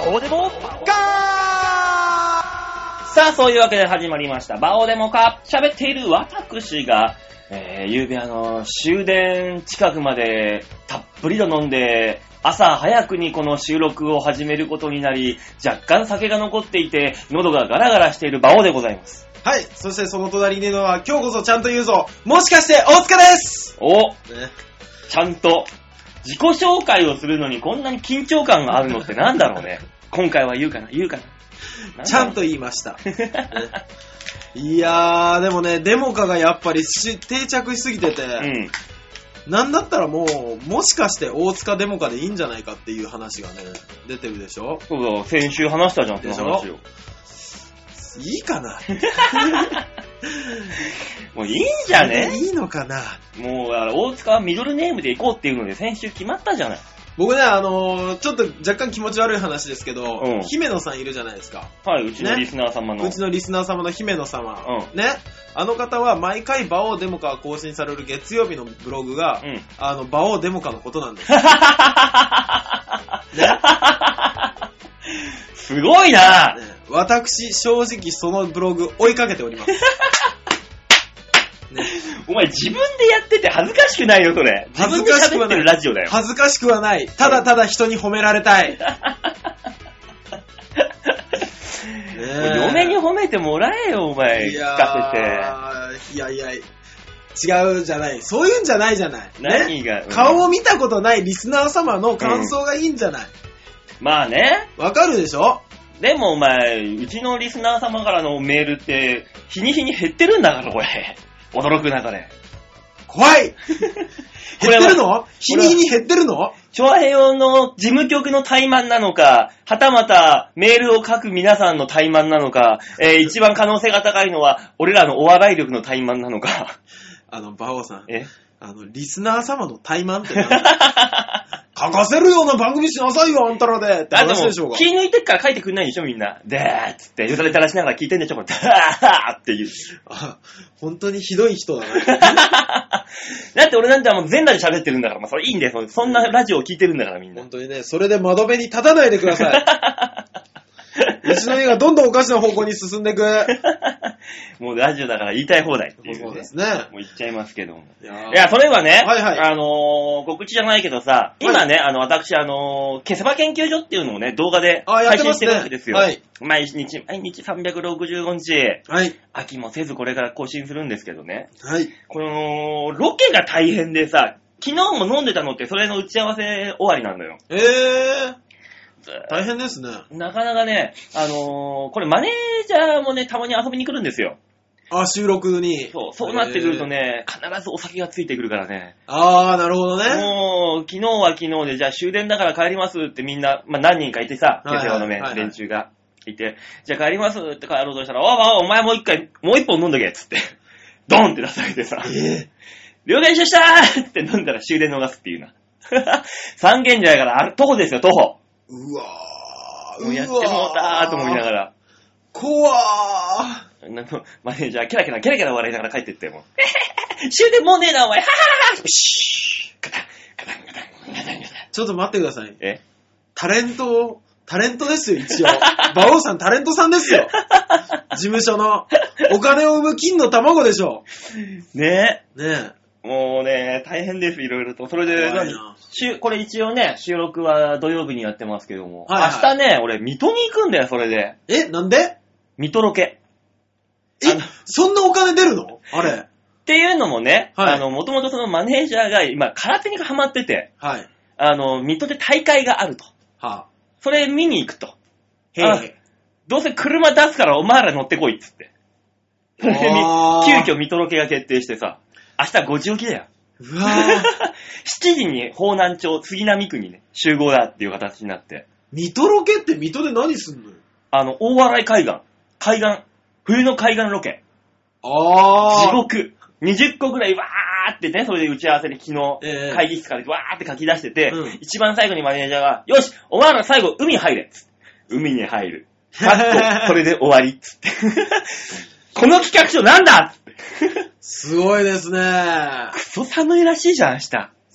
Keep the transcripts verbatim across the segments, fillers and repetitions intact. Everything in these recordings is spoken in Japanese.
オデモカー。さあ、そういうわけで始まりました。バオデモカー。喋っている私が、えー、ゆうべあの、終電近くまでたっぷりと飲んで、朝早くにこの収録を始めることになり、若干酒が残っていて、喉がガラガラしているバオでございます。 はい。そしてその隣にいるのは、今日こそちゃんと言うぞ。もしかして、大塚です。 お、ね、ちゃんと、自己紹介をするのにこんなに緊張感があるのってなんだろうね。今回は言うかな言うかな、 な, ちゃんと言いました。ね、いやー、でもね、デモカがやっぱりし定着しすぎてて、うん、なんだったらもう、もしかして大塚デモカでいいんじゃないかっていう話がね、出てるでしょ。 そうだ、先週話したじゃん、その話を。 いいかなもういいんじゃね？ いいのかな。 もう、大塚はミドルネームで行こうっていうので先週決まったじゃない。 僕ね、あのー、ちょっと若干気持ち悪い話ですけど、うん、姫野さんいるじゃないですか。 はい、うちのリスナー様の。 ね、うちのリスナー様の姫野様。うん、ね。あの方は毎回バオデモカが更新される月曜日のブログが、うん、あの、バオデモカのことなんです。ね。 すごいな、ね、 私、正直そのブログ追いかけております。 ね、お前自分でやってて恥ずかしくないよ、それ。自分で喋ってるラジオだよ。 恥ずかしくはない。ただただ人に褒められたい。ね、 嫁に褒めてもらえよ、お前。聞かせて。 いやいや、違うじゃない。そういうんじゃないじゃない。 何が、 ね、うん、顔を見たことないリスナー様の感想がいいんじゃない。うん、 まあね。 わかるでしょ？ でもお前、うちのリスナー様からのメールって、日に日に減ってるんだから、これ。驚く中で。 怖い減ってるの？日に日に減ってるの？ チョアヘヨの事務局の怠慢なのか、はたまたメールを書く皆さんの怠慢なのか、えー、一番可能性が高いのは、俺らのお笑い力の怠慢なのか。 あの、バオさん。 え？ あの、リスナー様の怠慢って書かせるような番組しなさいよ、あんたらでって話でしょうが。 気抜いてっから書いてくんないでしょ、みんな。でーっつって、よだれ垂らしながら聞いてんでしょ、これ。ダーっていう。 あ、本当にひどい人だね。 だって俺なんてもう全裸で喋ってるんだから、まあそれいいんだよ。そんなラジオを聞いてるんだから、みんな。 本当にね、それで窓辺に立たないでください。うちの家がどんどんおかしな方向に進んでいく。 もうラジオだから言いたい放題っていう、ね。 そうですね。 もう言っちゃいますけども。 いや、 いやそれはね、 はいはい、 あのー、告知じゃないけどさ、今ね、はい、あの、私、あのー、ケセバ研究所っていうのをね、動画で配信してるわけですよ。 はい。 毎日、毎日さんびゃくろくじゅうごにち。 はい。 飽きもせずこれから更新するんですけどね。 はい。 この、ロケが大変でさ、昨日も飲んでたのってそれの打ち合わせ終わりなんだよ。 えー。大変ですね。 なかなかね、あのー、これマネージャーもね、たまに遊びに来るんですよ。 あ、収録に。 そう、そうなってくるとね、必ずお酒がついてくるからね。 あー、なるほどね。 もう、昨日は昨日で、じゃあ終電だから帰りますってみんな、まあ何人かいてさ、ケセバのね、連中がいて、じゃあ帰りますって帰ろうとしたら、おお、お前もう一回、もう一本飲んどけっつって、ドンって出されてさ、えー、了解しましたーって飲んだら終電逃すっていうな。三軒じゃないから、徒歩ですよ、徒歩。 うわー。 もうやってもうたーと思いながら。 怖ー。 なんかマネージャー、キャラキャラキャラキャラ笑いながら帰ってってもう。終電もうねえな、お前。はははシーカタン、カタン、カタン、カタン、カタン。 ちょっと待ってください。 えタレント、タレントですよ、一応。馬王さんタレントさんですよ。事務所の。お金を生む金の卵でしょ。 ねえ。ねえ。 もうね、大変です、いろいろと。それで、これ一応ね、収録は土曜日にやってますけども。はいはい、明日ね、俺、水戸に行くんだよ、それで。 え、なんで？ 水戸ロケ。 え、そんなお金出るの？あれ。 っていうのもね、はい、あの、もともとそのマネージャーが今、空手にハマってて、 はい。 あの、水戸で大会があると。 はあ。 それ見に行くと。 へえ。 どうせ車出すからお前ら乗ってこいっつって。それで、急遽水戸ロケが決定してさ、明日ごじ起きだよ。 うわぁ。 しちじに方南町杉並区にね、集合だっていう形になって。 水戸ロケって水戸で何すんのよ？ あの、大洗海岸。海岸。冬の海岸ロケ。 あー。地獄。にじゅっこぐらいわーってね、それで打ち合わせで昨日、えー、会議室からわーって書き出してて、うん、一番最後にマネージャーが、よし、お前ら最後海入れっつって。海に入る。かっこ、これで終わりっつって。この企画書なんだっつって。 すごいですね。 クソ寒いらしいじゃん、明日。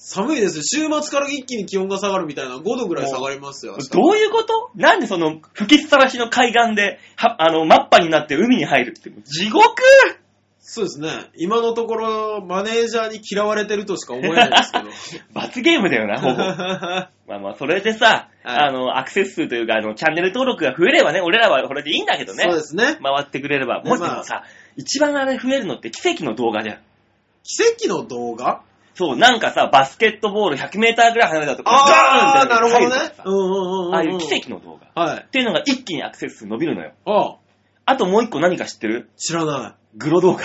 寒いです。週末から一気に気温が下がるみたいなごどぐらい下がりますよ。 どういうこと？なんでその吹きっさらしの海岸ではあのマッパになって海に入るって地獄？ そうですね。今のところマネージャーに嫌われてるとしか思えないですけど。 罰ゲームだよな、ほぼ。まあまあそれでさ、はい、あのアクセス数というかあのチャンネル登録が増えればね、俺らはこれでいいんだけどね。 そうですね。 回ってくれれば。もしもさ、まあ、一番あれ増えるのって奇跡の動画じゃん。 奇跡の動画？ そう、なんかさ、バスケットボールひゃくメーターぐらい離れたところにガーンってなるほどね。うんうんうん。 ああいう奇跡の動画。はい。っていうのが一気にアクセス数伸びるのよ。 ああ。 あともう一個何か知ってる？ 知らない。 グロ動画。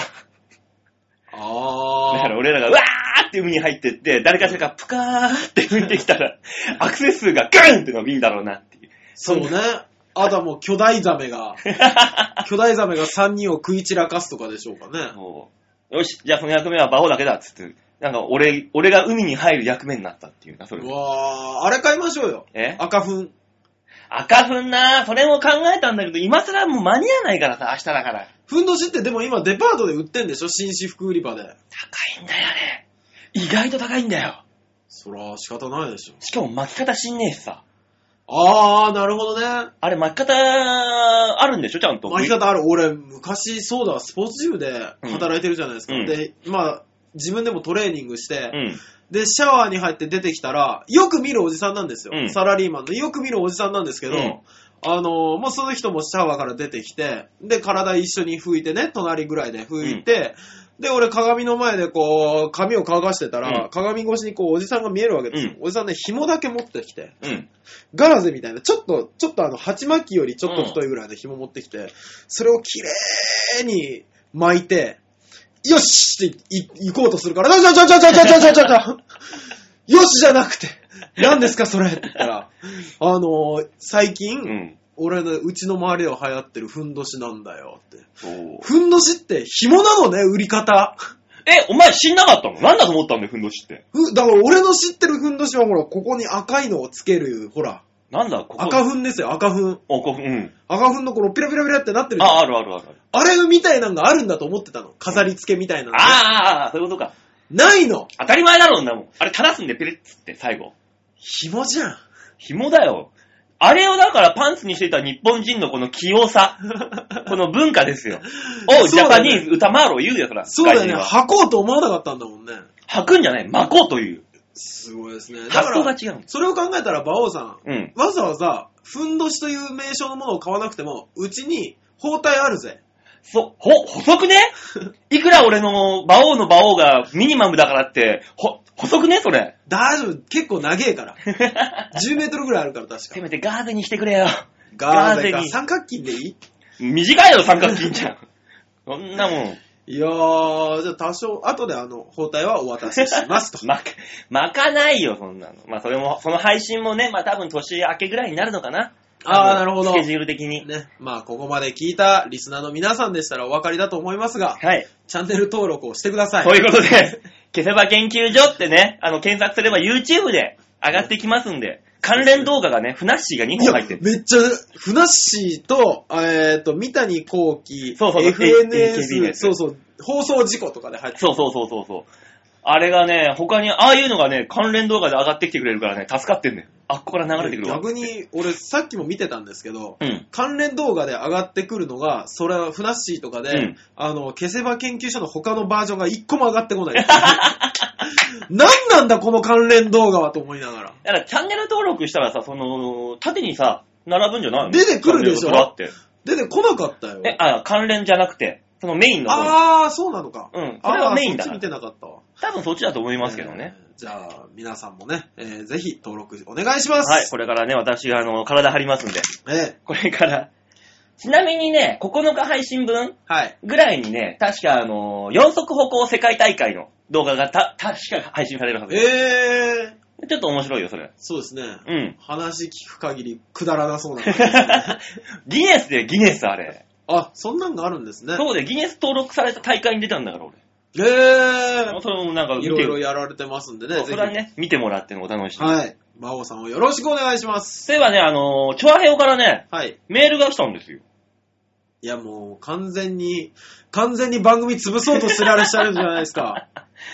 ああ。 だから俺らがうわーって海に入ってって、誰かしらがプカーって浮いてきたら、アクセス数がガーンって伸びるんだろうなっていう。 そうね。あとはもう巨大ザメが、巨大ザメがさんにんを食い散らかすとかでしょうかね。 よし、じゃあその役目はバオだけだっつって。なんか俺、俺が海に入る役目になったっていうな、それ。 うわー、あれ買いましょうよ。 え？ 赤粉。 赤粉なー、それも考えたんだけど、今更もう間に合わないからさ、明日だから。 ふんどしってでも今デパートで売ってんでしょ？紳士服売り場で。 高いんだよね。意外と高いんだよ。 そら仕方ないでしょ。 しかも巻き方知んねえしさ。 あー、なるほどね。 あれ巻き方あるんでしょちゃんと。 巻き方ある。俺昔そうだ、スポーツジムで働いてるじゃないですか。うん、で、まあ自分でもトレーニングして、うん、で、シャワーに入って出てきたら、よく見るおじさんなんですよ。うん、サラリーマンのよく見るおじさんなんですけど、うん、あの、もうその人もシャワーから出てきて、で、体一緒に拭いてね、隣ぐらいで拭いて、うん、で、俺鏡の前でこう、髪を乾かしてたら、うん、鏡越しにこう、おじさんが見えるわけですよ。うん、おじさんね、紐だけ持ってきて、うん、ガーゼみたいな、ちょっと、ちょっとあの、鉢巻きよりちょっと太いぐらいの紐持ってきて、それをきれいに巻いて、よしって行こうとするから、ちょちょちょちょちょちょちょちょちょよしじゃなくて、何ですかそれって言ったら、あのー、最近、うん、俺のうちの周りでは流行ってるふんどしなんだよって。ふんどしって紐なのね、売り方。 え、お前知んなかったの？なんだと思ったんだよ、ふんどしって。 ふ、だから俺の知ってるふんどしはほら、ここに赤いのをつける、ほら。 なんだここ赤粉ですよ、赤粉。 赤粉、うん。 赤粉のこのピラピラピラってなってるじゃん。 あ、あるあるある。 あれみたいなのがあるんだと思ってたの。飾り付けみたいなの、ね。 ああ、そういうことか。 ないの。 当たり前だろうなもん。あれ正すんでピリッつって最後。 紐じゃん。 紐だよ。あれをだからパンツにしてた日本人のこの器用さ。この文化ですよ。おう、ジャパニーズ歌回ろう言うよ、そら。 そうだよね。履こうと思わなかったんだもんね。 履くんじゃない。巻こうという。 すごいですね。 発想が違う。 それを考えたら、馬王さん、うん、わざわざ、ふんどしという名称のものを買わなくても、うちに包帯あるぜ。 そ、ほ、細くねいくら俺の馬王の馬王がミニマムだからって、ほ、細くねそれ。 大丈夫。結構長えから。じゅうメートルぐらいあるから確か。 せめてガーゼにしてくれよ。 ガーゼか。三角筋でいい？ 短いよ、三角筋じゃん。そんなもん。 いやー、じゃあ多少、後であの、包帯はお渡ししますと。 巻か、巻かないよ、そんなの。まあ、それも、その配信もね、まあ多分年明けぐらいになるのかな。 あー、なるほど。 スケジュール的に。 ね。まあ、ここまで聞いたリスナーの皆さんでしたらお分かりだと思いますが、 はい。 チャンネル登録をしてください。 そういうことで、消せば研究所ってね、あの、検索すれば YouTube で上がってきますんで、関連動画がね、ふなっしーがにほん入ってる。 めっちゃ、ふなっしーと、えっと、三谷幸喜、 そうそう、 エフエヌエス、そうそう、放送事故とかで入ってる。 そうそうそうそうそう。あれがね、他に、ああいうのがね、関連動画で上がってきてくれるからね、助かってんねん。あっこから流れてくるわ。 逆に、俺さっきも見てたんですけど、 うん、 関連動画で上がってくるのが、それはふなっしーとかで、うん、あの、消せば研究所の他のバージョンが一個も上がってこない。何なんだこの関連動画はと思いながら。 だからチャンネル登録したらさ、その、縦にさ、並ぶんじゃないの？ 出てくるでしょ？出てこなかったよ。 え、あ、関連じゃなくて。そのメインの方。 ああ、そうなのか。 うん。これはメインだ。 そっち見てなかったわ。 多分そっちだと思いますけどね。 えー、じゃあ、皆さんもね、えー、ぜひ登録お願いします。 はい、これからね、私があの、体張りますんで。 ええー。 これから。ちなみにね、ここのか配信分ぐらいにね、確かあの、四足歩行世界大会の動画がた、確か配信されるはずです。 えー。 ちょっと面白いよ、それ。 そうですね。 うん。 話聞く限りくだらなそうな感じですね。 ギネスでギネスあれ。 あ、そんなんがあるんですね。 そうで、ギネス登録された大会に出たんだから、俺。 へー。 それもなんか、 いろいろやられてますんでね。 そう、それはね、見てもらってのお楽しみ。 はい。馬王さんをよろしくお願いします。 そういえばね、あのー、チョアヘオからね、 はい。 メールが来たんですよ。 いや、もう、完全に、完全に番組潰そうとすられしちゃうんじゃないですか。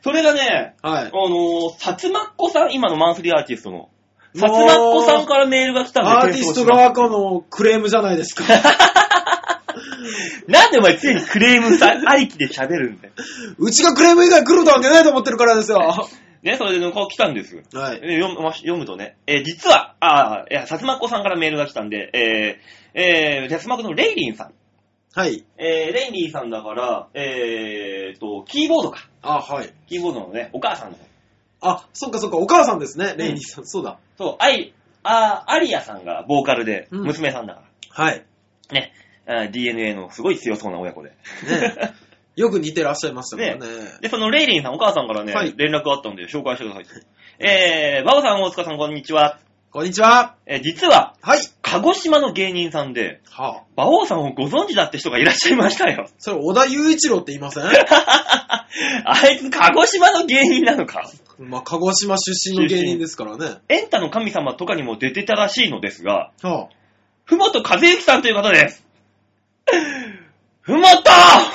それがね、 はい。 あのー、さつまっこさん、今のマンスリーアーティストの、さつまっこさんからメールが来たんで、 アーティスト側からのクレームじゃないですか。 なんでお前常にクレームさ、ありきで喋るんだよ。 うちがクレーム以外来るとわけないと思ってるからですよ。 ね、それでこう来たんですよ。 はい。 読む、読むとね、えー、実は、ああ、いや、さつまっこさんからメールが来たんで、えー、えー、さつまっこのレイリンさん。 はい。 えー、レイリンさんだから、えーと、キーボードか。 あ、はい。 キーボードのね、お母さんの方。 あ、そっかそっか、お母さんですね、レイリンさん。うん、そうだ。 そう、アイ、あ、アリアさんがボーカルで、 うん、 娘さんだから。 はい。 ね、ディーエヌエー のすごい強そうな親子で。ね。 よく似てらっしゃいましたからね。ねで、そのレイリンさん、お母さんからね、はい、連絡あったんで紹介してください。えー、バオさん、大塚さん、こんにちは。 こんにちは。 えー、実は、 はい。 鹿児島の芸人さんで、 はあ、 バオさんをご存知だって人がいらっしゃいましたよ。 それ、小田雄一郎って言いません？ あいつ、鹿児島の芸人なのか。 まあ、鹿児島出身の芸人ですからね。 エンタの神様とかにも出てたらしいのですが、 はあ、 ふもと和之さんという方です。ふもと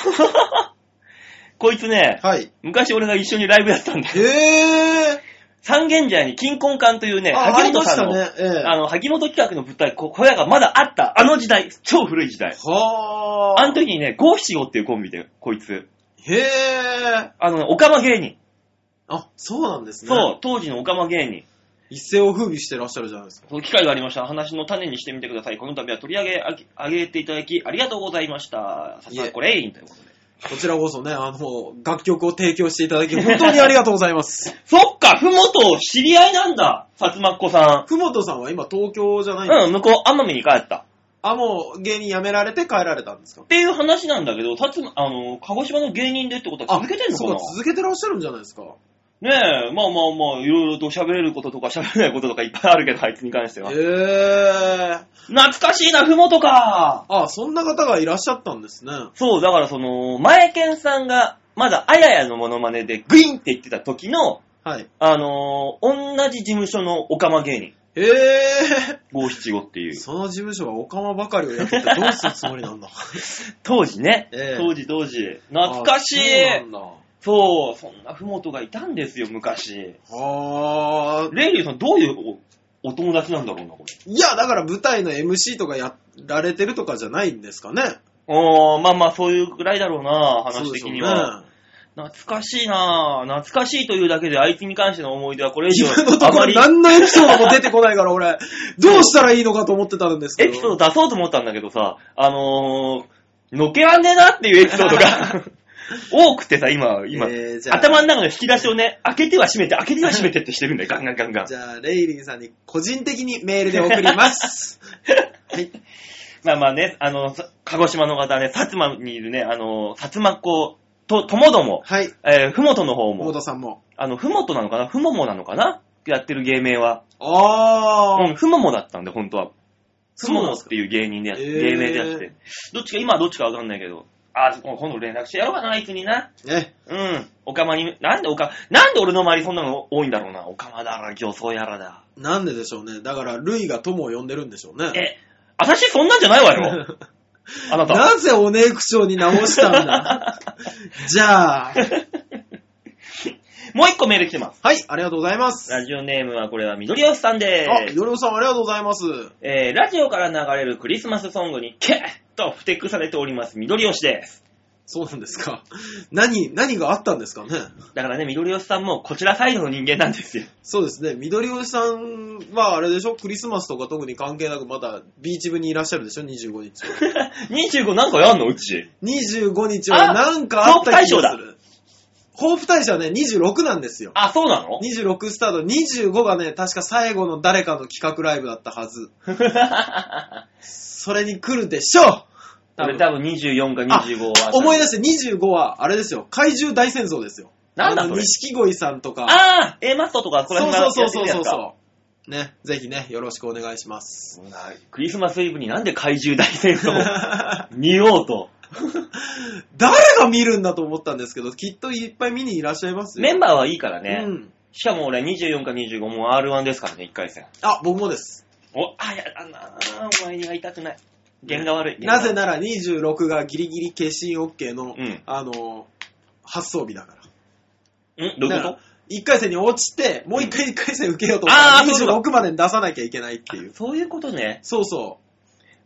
こいつね、はい、昔俺が一緒にライブやったんだよ。 へー。 三軒茶屋に金婚館というね、 萩本さんの、 ねええ、 あの、萩本企画の舞台、小屋がまだあった、あの時代、超古い時代。 はー。 あの時にね、五七五っていうコンビで、こいつ。 へー。 あの、ね、オカマ芸人。 あ、そうなんですね。 そう、当時のオカマ芸人。 一世を風靡してらっしゃるじゃないですか。 そう、機会がありました。話の種にしてみてください。この度は取り上げ、あげていただき、ありがとうございました。さすがこれ、いいということで。 こちらこそね、あの、楽曲を提供していただき、本当にありがとうございます。 そっか、ふもと知り合いなんだ。さつまっこさん。 ふもとさんは今東京じゃないんですか？ うん、向こう、奄美に帰った。 あ、もう芸人辞められて帰られたんですか？ っていう話なんだけど、たつ、あの、鹿児島の芸人でってことは続けてんのかな？ そうか、続けてらっしゃるんじゃないですか。 ねえ、まあまあまあ、いろいろと喋れることとか喋れないこととかいっぱいあるけど、あいつに関しては。 へー。 懐かしいな、ふもとか。 あ、そんな方がいらっしゃったんですね。 そう、だからその、前健さんが、まだあややのモノマネでグイーンって言ってた時の、 はい。 あのー、同じ事務所のオカマ芸人。 へー。 五七五っていう。 その事務所はオカマばかりをやっててどうするつもりなんだ。 当時ね、 えー。 当時当時。懐かしい。 そうなんだ。 そう、そんなふもとがいたんですよ、昔。 はー。 レイリーさん、どういうお、お友達なんだろうな、これ。 いや、だから舞台の エムシー とかやられてるとかじゃないんですかね。 おー、まあまあ、そういうぐらいだろうな、話的には。懐かしいなぁ。懐かしいというだけで、あいつに関しての思い出はこれ以上、 今のところ何のエピソードも出てこないから、俺、どうしたらいいのかと思ってたんですけど。 エピソード出そうと思ったんだけどさ、あのー、のけらんねえなっていうエピソードが多くてさ、今、今、えー、頭の中の引き出しをね、開けては閉めて、開けては閉めてってしてるんだよ、ガンガンガンガン。 じゃあ、レイリンさんに個人的にメールで送ります。 はい。まあまあね、あの、鹿児島の方ね、薩摩にいるね、あの、薩摩っ子と、ともども、 はい。 えー、ふもとの方も、 ふもとさんも。 あの、ふもとなのかなふももなのかなやってる芸名は。 あー。 うん、ふももだったんで、本当は。ふももっていう芸人でやって、芸名でやって。どっちか、今はどっちかわかんないけど、あ、今度連絡してやろうかな、あいつにな。 ね。 うん。おかまに、なんでおか、なんで俺の周りそんなの多いんだろうな。おかまだら、女装やらだ。 なんででしょうね。だから、ルイが友を呼んでるんでしょうね。 え、私そんなんじゃないわよ。あなた。 なぜおねえくしょうに直したんだ。じゃあ。 もう一個メール来てます。 はい、ありがとうございます。 ラジオネームはこれは緑吉さんでーす。 あ、緑吉さんありがとうございます。 えー、ラジオから流れるクリスマスソングにケッとふてくされております緑吉です。 そうなんですか。何、何があったんですかね。 だからね、緑吉さんもこちらサイドの人間なんですよ。 そうですね。緑吉さんはあれでしょ、クリスマスとか特に関係なくまだビーチ部にいらっしゃるでしょ、にじゅうごにち。 にじゅうごなんかやんのうち。 にじゅうごにちはなんかあった気がする。ホープ大賞はね、にじゅうろくなんですよ。 あ、そうなの ?にじゅうろくスタート。にじゅうごがね、確か最後の誰かの企画ライブだったはず。それに来るでしょう。 俺多分にじゅうよんかにじゅうごは。 思い出して、にじゅうごは、あれですよ。怪獣大戦争ですよ。 なんだそれ。 錦鯉さんとか。 ああ !A マッソとか、これそうそうそうそうそう。ね、ぜひね、よろしくお願いします。 クリスマスイブになんで怪獣大戦争見ようと。 誰が見るんだと思ったんですけど、きっといっぱい見にいらっしゃいますよ。 メンバーはいいからね。 うん。 しかも俺にじゅうよんかにじゅうごも アールワン ですからね、いっかい戦。 あ、僕もです。 お、あ、やだなぁ。お前には痛くない。弦が悪い。 なぜならにじゅうろくがギリギリ決心 OK の、 うん、 あの、発送日だから。 んどういうこと？ いっかい戦に落ちて、もういっかいいっかい戦受けようと思ったらにじゅうろくまでに出さなきゃいけないっていう。 そういうことね。 そうそう。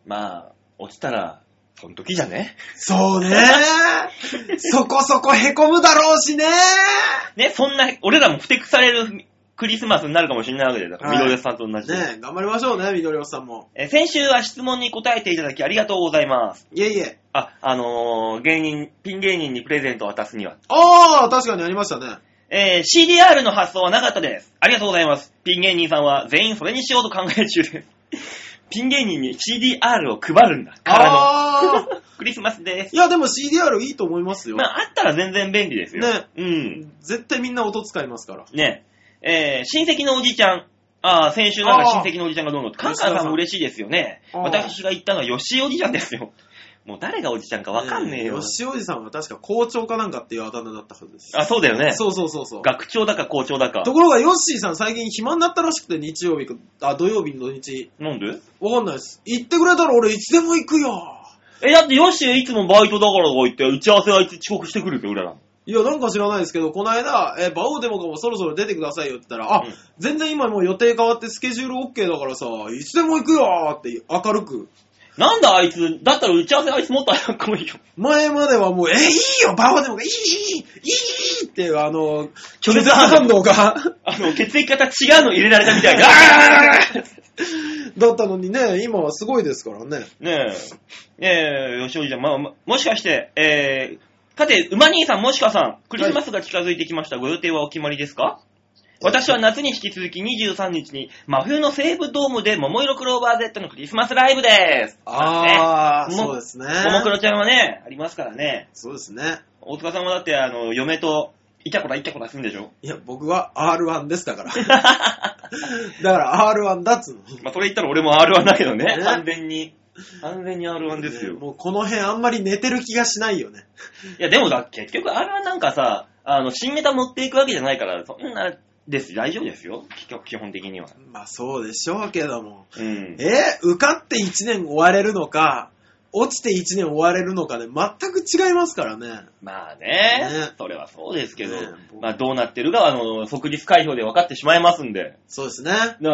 まあ、落ちたら、その時じゃね。 そうねそこそこ凹むだろうしねね、そんな、俺らもふてくされるクリスマスになるかもしれないわけで、だから、はい、緑吉さんと同じで。 ね、頑張りましょうね、緑吉さんも。 え、先週は質問に答えていただきありがとうございます。 いえいえ。 あ、あのー、芸人、ピン芸人にプレゼントを渡すには。 ああ、確かにありましたね。 えー、シーディーアール の発想はなかったです。ありがとうございます。ピン芸人さんは全員それにしようと考え中です。ピン芸人に シーディーアール を配るんだ。からの。クリスマスです。 いや、でも シーディーアール いいと思いますよ。 まあ、あったら全然便利ですよ。 ね。 うん。 絶対みんな音使いますから。 ね。えー、親戚のおじちゃん。ああ、先週なんか親戚のおじちゃんがどうのって。カンカンさんも嬉しいですよね。私が言ったのはヨッシーおじちゃんですよ。もう誰がおじちゃんかわかんねえよ。 ヨッシーおじさんは確か校長かなんかっていうあだ名だったはずです。 あ、そうだよね。 そうそうそうそう。 学長だか校長だか。 ところがヨッシーさん最近暇になったらしくて日曜日か、あ、土曜日の土日。 なんで？ わかんないです。行ってくれたら俺いつでも行くよ。 え、だってヨッシーいつもバイトだからとか言って打ち合わせあいつ遅刻してくるって俺ら。 いや、なんか知らないですけど、この間、え、バオデモかもそろそろ出てくださいよって言ったら、あ、うん、全然今もう予定変わってスケジュール OK だからさ、いつでも行くよーって明るく。 なんだあいつ、だったら打ち合わせあいつもっと早く来いよ。 前まではもう、え、いいよ、バオデモがいい、いい、いいっていう、あの、 拒絶反応が。 あの、血液型違うの入れられたみたいな。 だったのにね、今はすごいですからね。 ねえ、ええ、よしおじちゃん、まあ、もしかして、えー、さて、馬兄さん、もしかさん、クリスマスが近づいてきました。はい、ご予定はお決まりですか？私は夏に引き続きにじゅうさんにちに真冬の西武ドームで桃色クローバー Z のクリスマスライブです。 ああ、ね、そうですね。 桃黒ちゃんはね、ありますからね。 そうですね。 大塚さんはだって、あの、嫁と、イチャコライチャコラするんでしょ？ いや、僕は アールワン ですだから。だから アールワン だっつうの。 まあ、それ言ったら俺も アールワン だけどね。ね、完全に。完全に アールワン ですよ。 ね、もうこの辺あんまり寝てる気がしないよね。 いや、でもだ、結局 アールワン なんかさ、あの、新ネタ持っていくわけじゃないから、そんな、です、大丈夫ですよ。基本的には。 まあそうでしょうけども。 うん、 えー、受かっていちねん終われるのか、落ちていちねん終われるのかで全く違いますからね。 まあね。 ね、 それはそうですけど、 ね、 まあどうなってるかは、あの、即日開票で分かってしまいますんで。 そうですね。 だから、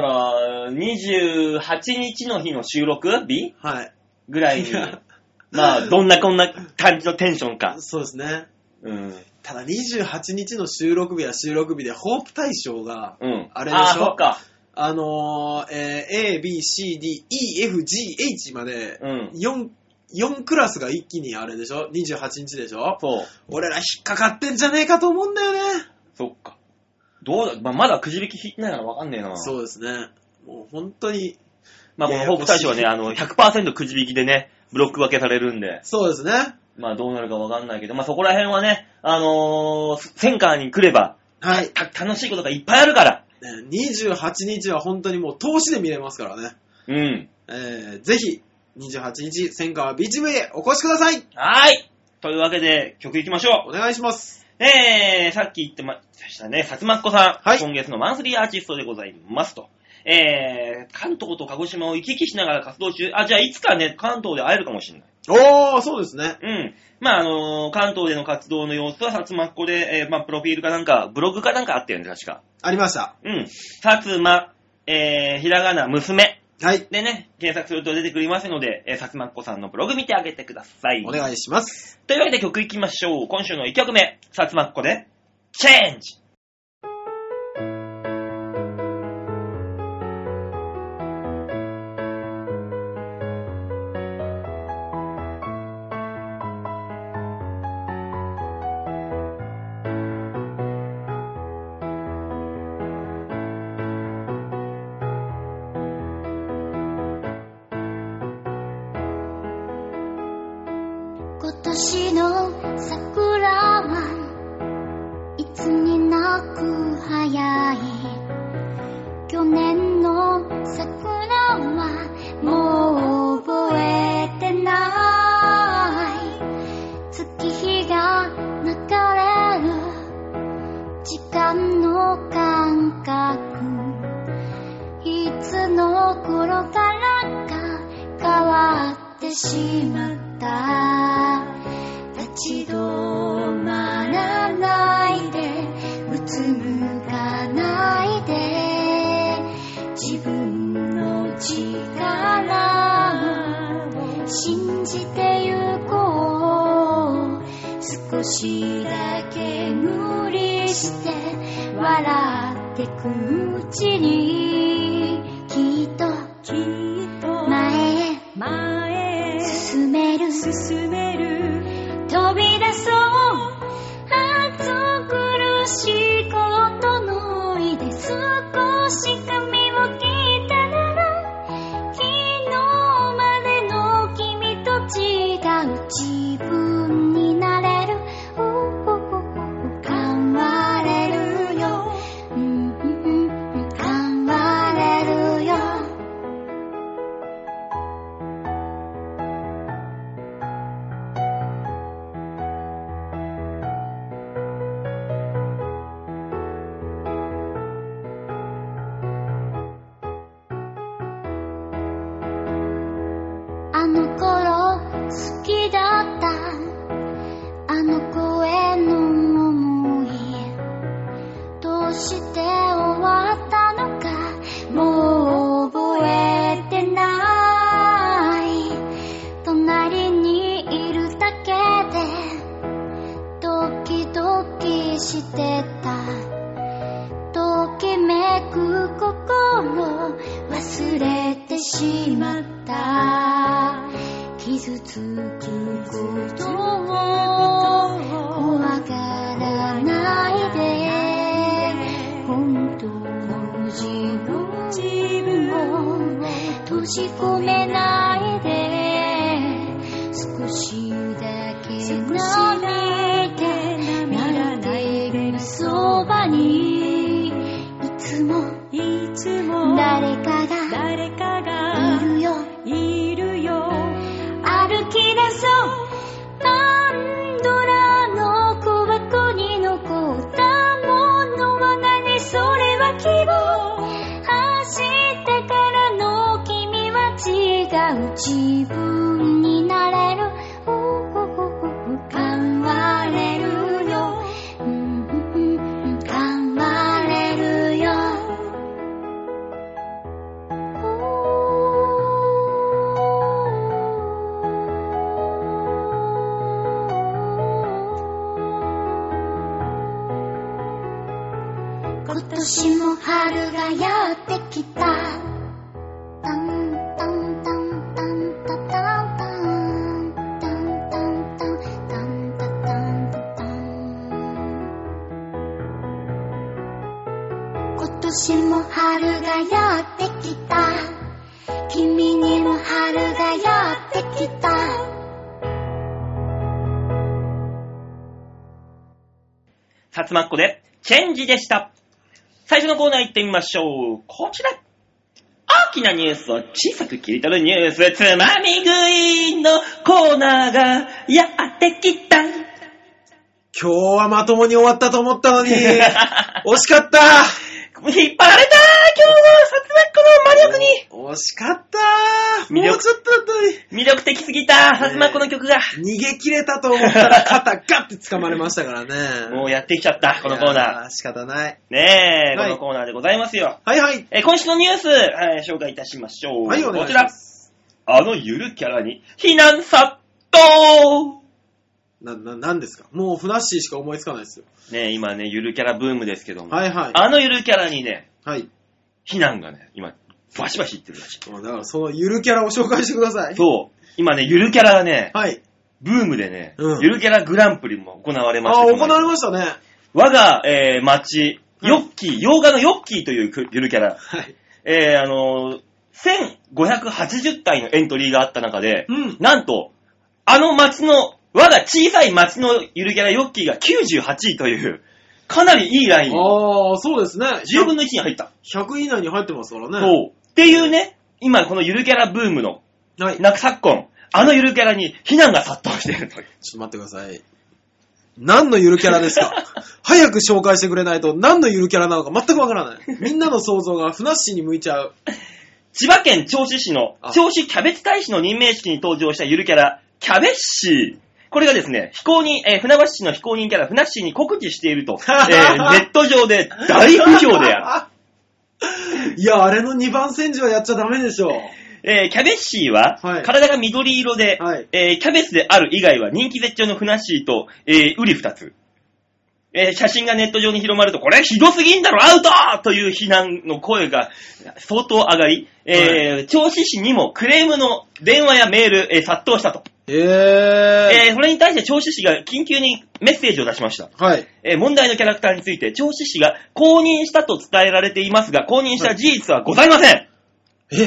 にじゅうはちにちの日の収録日はい。 ぐらいに、まあ、どんなこんな感じのテンションか。 そうですね。 うん。 ただにじゅうはちにちの収録日は収録日で、ホープ大賞が、あれでしょ、うん、 あ、そっか。 あのー、えー、A, B, C, D, E, F, G, H まで、よん、よんクラスが一気にあれでしょ ?にじゅうはちにちでしょそう。 俺ら引っかかってんじゃねえかと思うんだよね。 そっか。どうだ、まあ、まだくじ引き引いてないからわかんねえな。 そうですね。もう本当に。 まあ、このホープ大賞はね、あの、ひゃくパーセント くじ引きでね、ブロック分けされるんで。 そうですね。 まあ、どうなるかわかんないけど、まあ、そこら辺はね、あのー、センカーに来れば、 はい。 楽しいことがいっぱいあるから。 ね、にじゅうはちにちは本当にもう投資で見れますからね。 うん。 えー、ぜひ、にじゅうはちにち、センカービーチ部へお越しください。 はーい。というわけで、曲いきましょう。お願いします。 えー、さっき言ってましたね、さつまっこさん。 はい。 今月のマンスリーアーティストでございますと。えー、関東と鹿児島を行き来しながら活動中。あ、じゃあいつかね、関東で会えるかもしれない。 おー、そうですね。 うん。まあ、あのー、関東での活動の様子は、さつまっこで、えー、まあ、プロフィールかなんか、ブログかなんかあったよね、確か。 ありました。 うん。さつま、えー、ひらがな、娘。 はい。 でね、検索すると出てくりますので、えー、さつまっこさんのブログ見てあげてください。 お願いします。 というわけで曲いきましょう。今週のいっきょくめ、さつまっこで、チェンジ。 今年の桜はいつになく早い。去年の桜はもう覚えてない。月日が流れる時間の感覚、いつの頃からか変わってしまった。立ち止まらないでつむかないで自分の力を信じてゆこう少しだけ無理して笑ってくうちにきっときっと前へ前へ進める進める飛び出そう暑苦しいことのいで少し髪を切ったなら昨日までの君と違う自分になれる変われるよ、うんうん、変われるよあの頃好きだったあの子への思いどうして終わったのかもう覚えてない隣にいるだけでドキドキしてたときめく心忘れてしまった傷つくことを怖がらないで本当の自分自分を閉じ込めないで少しだけ涙で涙でそばにいつもいつも誰かが誰かがいるよいるよ歩き出そうパンドラの小箱に残ったものは何それは希望走ってからの君は違う自分になれる変われるよ、うん、変われるよ今年も春がやってきたタンタンタンタンタタンタンタンタンタンタンタタンタタン今年も春がやってきた君にも春がやってきたさつまっこでチェンジでした。最初のコーナー行ってみましょう。こちら。大きなニュースを小さく切り取るニュース、つまみ食いのコーナーがやってきた。 今日はまともに終わったと思ったのに、惜しかった引っ張られた今日のさつまっこの魔力に惜しかったもうちょっとだったに魅力的すぎたさつまっこの曲が、 逃げ切れたと思ったら肩ガッて掴まれましたからね。 もうやってきちゃったこのコーナー。 仕方ないねえ、 はい、 このコーナーでございますよ。 はいはい。 え今週のニュース、はい、紹介いたしましょう。 はい、お願いします。 こちら。あのゆるキャラに非難殺到な、な、なんですかもうフナッシーしか思いつかないですよ。 ねえ、今ね、ゆるキャラブームですけども。 はいはい。 あのゆるキャラにね、 はい。 非難がね、今、バシバシいってるらしい。 だからそのゆるキャラを紹介してください。 そう。今ね、ゆるキャラがね、 はい。 ブームでね、 うん、 ゆるキャラグランプリも行われました。 ああ、行われましたね。 我が、えー、町、ヨッキー、洋画のヨッキーというゆるキャラ。 はい。 えー、あのー、せんごひゃくはちじゅったいのエントリーがあった中で、 うん、 なんと、あの町の、我が小さい町のゆるキャラヨッキーがきゅうじゅうはちいという、かなりいいライン。 ああ、そうですね。 じゅうぶんのいちに入った。 ひゃくい以内に入ってますからね。 そう。っていうね、今このゆるキャラブームの、 はい。 なんか昨今、あのゆるキャラに非難が殺到しているという。 ちょっと待ってください。何のゆるキャラですか早く紹介してくれないと何のゆるキャラなのか全くわからない。みんなの想像がふなっしーに向いちゃう。 千葉県銚子市の、銚子キャベツ大使の任命式に登場したゆるキャラ、キャベッシー。 これがですね、非公認、えー、船橋市の非公認キャラ、船橋市に告知していると、えー、ネット上で大不評である。いや、あれのにばん煎じはやっちゃダメでしょ。 えー、キャベッシーは、はい、体が緑色で、はい、えー、キャベツである以外は人気絶頂のふなっしーと、えー、ウリ二つ。えー、写真がネット上に広まると、これひどすぎんだろアウトという非難の声が相当上がり、えーはい、銚子市にもクレームの電話やメール、えー、殺到したと。 へー。えー、それに対して銚子市が緊急にメッセージを出しました。はい。えー、問題のキャラクターについて銚子市が公認したと伝えられていますが、公認した事実はございません。はい、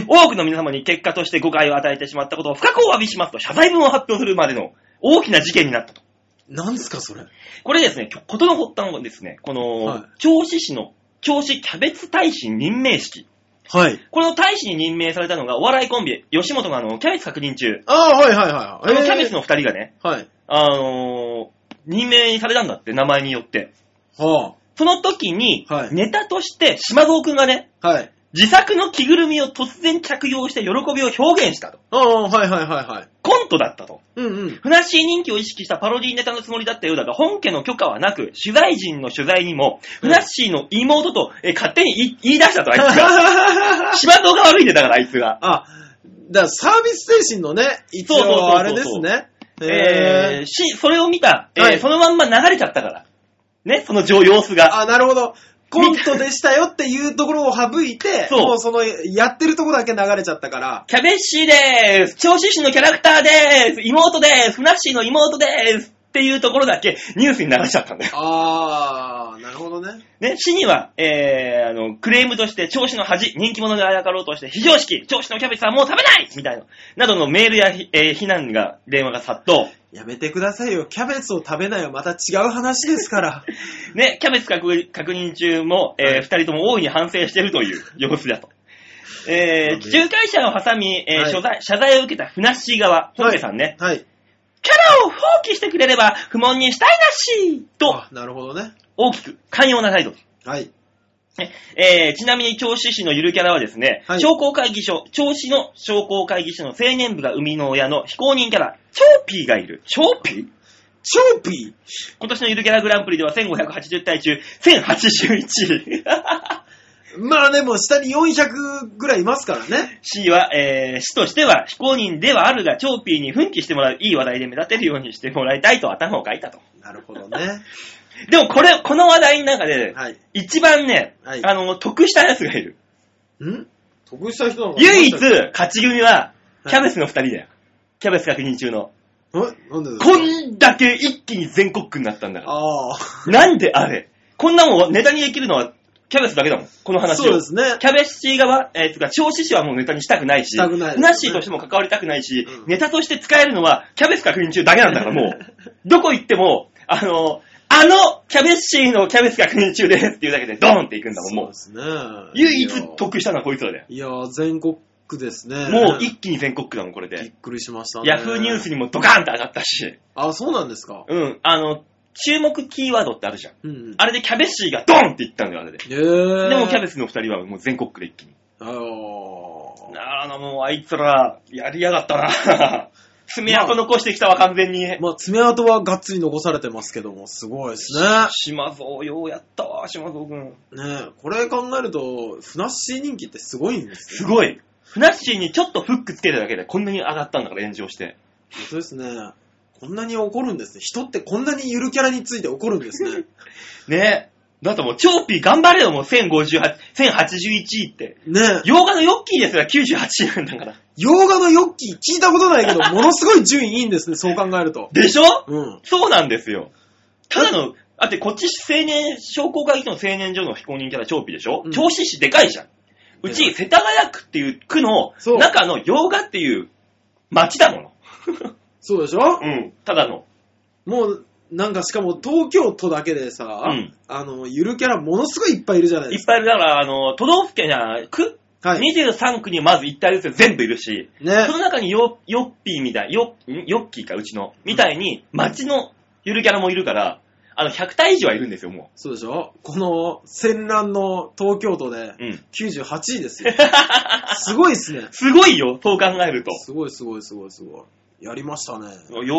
多くの皆様に結果として誤解を与えてしまったことを深くお詫びしますと謝罪文を発表するまでの大きな事件になったと。 何ですかそれ。 これですね、ことの発端はですね、この、はい、銚子市の銚子キャベツ大使任命式。はい。これの大使に任命されたのがお笑いコンビ、吉本があの、キャベツ確認中。 ああ、はいはいはい。 あのキャベツの二人がね、はい。あのー、任命されたんだって、名前によって。はあ。その時に、はい、ネタとして島蔵くんがね、はい。自作の着ぐるみを突然着用して喜びを表現したと。 ああ、はいはいはいはい。 コントだったと。 うんうん。 ふなっしー人気を意識したパロディネタのつもりだったようだが、本家の許可はなく、取材陣の取材にも、ふなっしーの妹とえ勝手に言い出したと、あいつが。島蔵が悪いんだから、あいつが。 あ、だからサービス精神のね、一応あれですね。 えー、し、それを見た、えーはい、そのまんま流れちゃったから。ね、その様子が。 あ、なるほど。コントでしたよっていうところを省いて、そう。もうその、やってるところだけ流れちゃったから。 キャベッシーでーす。銚子市のキャラクターでーす。妹でーす。ふなっしーの妹でーす。っていうところだけニュースに流しちゃったんだよ。 あー、なるほどね。 ね、市には、えー、あの、クレームとして、銚子の恥、人気者であやかろうとして、非常識、銚子のキャベツはもう食べないみたいな、などのメールや、えー、非難が、電話が殺到。 やめてくださいよ。キャベツを食べないはまた違う話ですから。 ね、キャベツ確, 確認中も、えーはい、二人とも大いに反省しているという様子だと。えー、仲介者を挟み、えーはい、謝罪、謝罪を受けたふなっしー側、本家さんね。はい。はいキャラを放棄してくれれば不問にしたいなしと、 あ、なるほどね。 大きく寛容な態度。 はい。 えー、ちなみに銚子市のゆるキャラはですね、はい、商工会議所、銚子の商工会議所の青年部が生みの親の非公認キャラ、チョーピーがいる。チョーピーチョーピー今年のゆるキャラグランプリではせんごひゃくはちじゅったい中せんはちじゅういちい。 まあでも下によんひゃくぐらいいますからね。 市は、えー、市としては非公認ではあるが、チョーピーに奮起してもらういい話題で目立てるようにしてもらいたいと頭を書いたと。 なるほどね。 でもこれ、この話題の中で、はい、一番ね、はい、あの、得したやつがいる。 ん得した人なのか唯一、勝ち組は、キャベツの二人だよ。はい、キャベツ確認中の。 えなんでですか？ こんだけ一気に全国区になったんだから。 ああ。なんであれこんなもんネタにできるのは、キャベツだけだもん。この話を。 そうですね。 キャベツシー側、えー、つか、銚子市はもうネタにしたくないし、 したくないですね。 ふなっしーとしても関わりたくないし、うん、ネタとして使えるのは、キャベツ確認中だけなんだからもう。どこ行っても、あの、あの、キャベツシーのキャベツ確認中ですっていうだけでドーンって行くんだもん、もう。 そうですね。 唯一得したのはこいつらだよ。 いやー、全国区ですね。 もう一気に全国区だもん、これで。 びっくりしましたね。 ヤフーニュースにもドカーンって上がったし。 あ、そうなんですか。 うん、あの、注目キーワードってあるじゃん。うんうん、あれでキャベツシーがドーンって言ったんだよ、あれで。 へー。 でもキャベツの二人はもう全国区で一気に。 あー。 あの、もうあいつら、やりやがったな。爪痕残してきたわ、完全に。 まあ、爪痕はがっつり残されてますけども、すごいですね。 島蔵ようやったわ、島蔵くん。 ねえ、これ考えると、ふなっしー人気ってすごいんですよ。すごい。ふなっしーにちょっとフックつけただけでこんなに上がったんだから炎上して。 そうですね。こんなに怒るんですね。人ってこんなにゆるキャラについて怒るんですね。 ねえ。だってもう、チョーピー頑張れよ、もうせんごじゅうはち、せんはちじゅういちいって。 ねえ。 洋画のヨッキーですらきゅうじゅうはちいなんだから。 洋画のヨッキー聞いたことないけど、ものすごい順位いいんですね、そう考えると。 でしょ？ うん。 そうなんですよ。ただの、だってこっち青年、商工会議所の青年所の非公認キャラチョーピーでしょ？うん、銚子市でかいじゃん。うち、世田谷区っていう区の中の洋画っていう町だもの。 そうでしょ？ うん。ただの。 もう、なんかしかも東京都だけでさ、うん、あの、ゆるキャラものすごいいっぱいいるじゃないですか。 いっぱいいる。だから、あの、都道府県じゃ、区、はい、にじゅうさんくにまずいったいる全部いるし、ね、その中にヨヨッピーみたい、ヨヨッキーか、うちの、みたいに、町のゆるキャラもいるから、あの、ひゃくたい以上はいるんですよ、もう。 そうでしょ？この、戦乱の東京都で、きゅうじゅうはちいですよ。うん、すごいっすね。 すごいよ、そう考えると。 すごいすごいすごいすごい。やりましたね。 よ、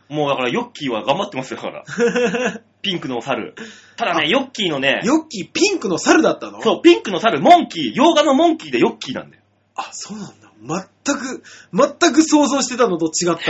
もうだからヨッキーは頑張ってますよ、だから。ピンクの猿。ただね、ヨッキーのね、 ヨッキーピンクの猿だったの？ そう、ピンクの猿、モンキー、洋画のモンキーでヨッキーなんだよ。 あ、そうなんだ。全く、全く想像してたのと違った。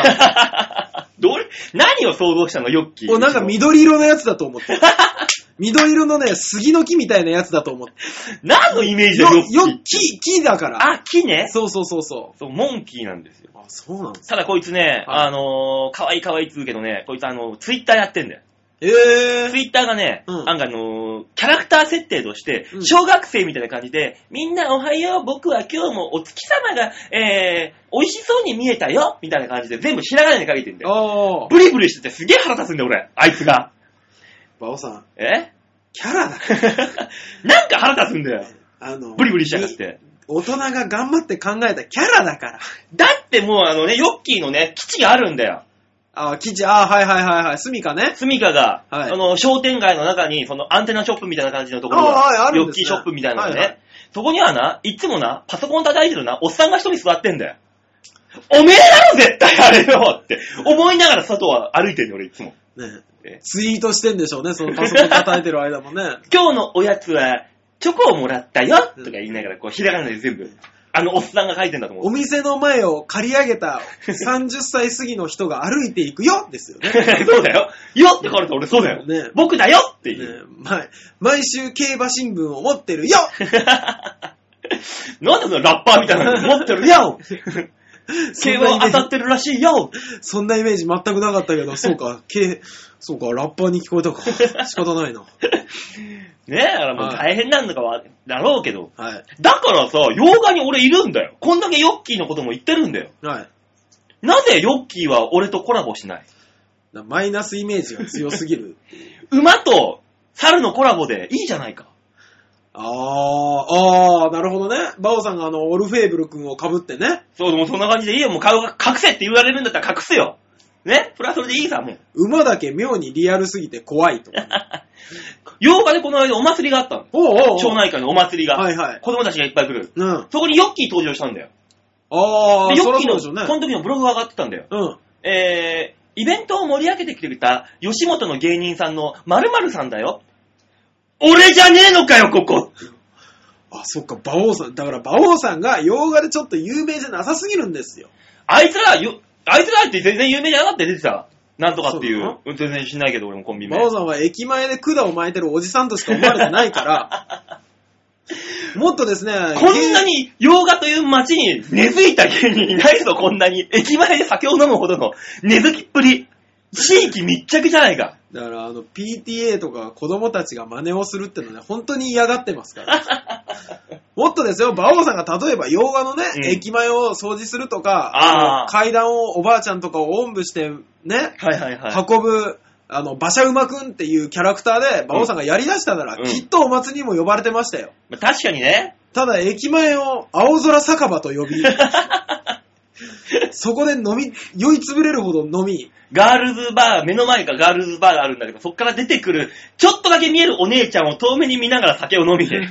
どれ、何を想像したの、ヨッキー。 お、なんか緑色のやつだと思って。緑色のね、杉の木みたいなやつだと思って。 何のイメージだよ、ヨッキー。 ヨッキー、木だから。 あ、木ね。 そうそうそうそう。 そう、モンキーなんですよ。 あ、そうなんです。 ただこいつね、 はい、 あのー、かわいいかわいいつうけどね、こいつあの、ツイッターやってんだよ。 えー。 ツイッターがね、 うん、 なんかあのー、キャラクター設定として、 うん、 小学生みたいな感じで、みんなおはよう、僕は今日もお月様が、えー、美味しそうに見えたよ、みたいな感じで全部ひらがなで書いてんだよ。ブリブリしててすげえ腹立つんだよ、俺。あいつが。 バオさん。 えキャラだ。 なんか腹立つんだよ。 あの、 ブリブリしやがって。 大人が頑張って考えたキャラだから。 だってもうあのね、ヨッキーのね、基地があるんだよ。 あ、基地、あ、はいはいはいはい。スミカね。 スミカが、 はい、 あの、商店街の中に、そのアンテナショップみたいな感じのところが、 はいあるんですね、 ヨッキーショップみたいなのね、 はいはい。 そこにはな、いつもな、パソコン叩いてるな、おっさんが一人座ってんだよ。おめえだろ絶対あれよって思いながら外は歩いてるよ、俺いつも。 ねえ。ツイートしてんでしょうね、そのパソコン叩いてる間もね。 今日のおやつは、チョコをもらったよとか言いながら、こう、ひらがなで全部、あのおっさんが書いてんだと思う。 お店の前を借り上げたさんじゅっさい過ぎの人が歩いていくよですよね。 そうだよ。よって書かれたら俺そうだよ。ね、僕だよっていう、 ね毎。毎週競馬新聞を持ってるよなんでそのラッパーみたいなの持ってるよ競馬当たってるらしいよそんなイメージ全くなかったけど、そうか、競そうか、ラッパーに聞こえたか。仕方ないな。 ねえ、だからもう大変なんだかは、だろうけど。 はい。 だからさ、洋画に俺いるんだよ。こんだけヨッキーのことも言ってるんだよ。 はい。 なぜヨッキーは俺とコラボしない？ マイナスイメージが強すぎる。 馬と猿のコラボでいいじゃないか。 あー、あー、なるほどね。バオさんがあの、オルフェーブル君を被ってね。 そう、でもそんな感じでいいよ。もう顔が隠せって言われるんだったら隠すよ。ね？それはそれでいいさ、もう。 馬だけ妙にリアルすぎて怖いとか、ね。 洋画でこの間お祭りがあったの。 おうおうおう町内会のお祭りが。 はいはい。 子供たちがいっぱい来る。 うん。 そこにヨッキー登場したんだよ。 あー、 で、ヨッキーの、 そ, ね、 その時のブログが上がってたんだよ。 うん。 えー、イベントを盛り上げてきてくれた吉本の芸人さんの〇〇さんだよ。俺じゃねえのかよ、ここ。 あ、そっか、馬王さん。だから馬王さんが洋画でちょっと有名じゃなさすぎるんですよ。 あいつら、よあいつらって全然有名じゃなかったよ、出てた。なんとかっていう。う全然しないけど、俺もコンビ名。 馬王さんは駅前で管を巻いてるおじさんとしか思われてないから、もっとですね、 こんなに洋画という街に根付いた芸人いないぞ、こんなに。駅前で酒を飲むほどの根付きっぷり。地域密着じゃないか。 だからあの ピーティーエー とか子供たちが真似をするってのはね、本当に嫌がってますから。もっとですよ、馬王さんが例えば洋画のね、うん、駅前を掃除するとか、あ階段をおばあちゃんとかをおんぶしてね、 はいはいはい、 運ぶ、あの、馬車馬くんっていうキャラクターで馬王さんがやり出したなら、うん、きっとお祭りにも呼ばれてましたよ。 まあ、確かにね。 ただ駅前を青空酒場と呼び、そこで飲み、酔いつぶれるほど飲み、 ガールズバー、目の前がガールズバーがあるんだけど、そっから出てくる、ちょっとだけ見えるお姉ちゃんを遠目に見ながら酒を飲みで。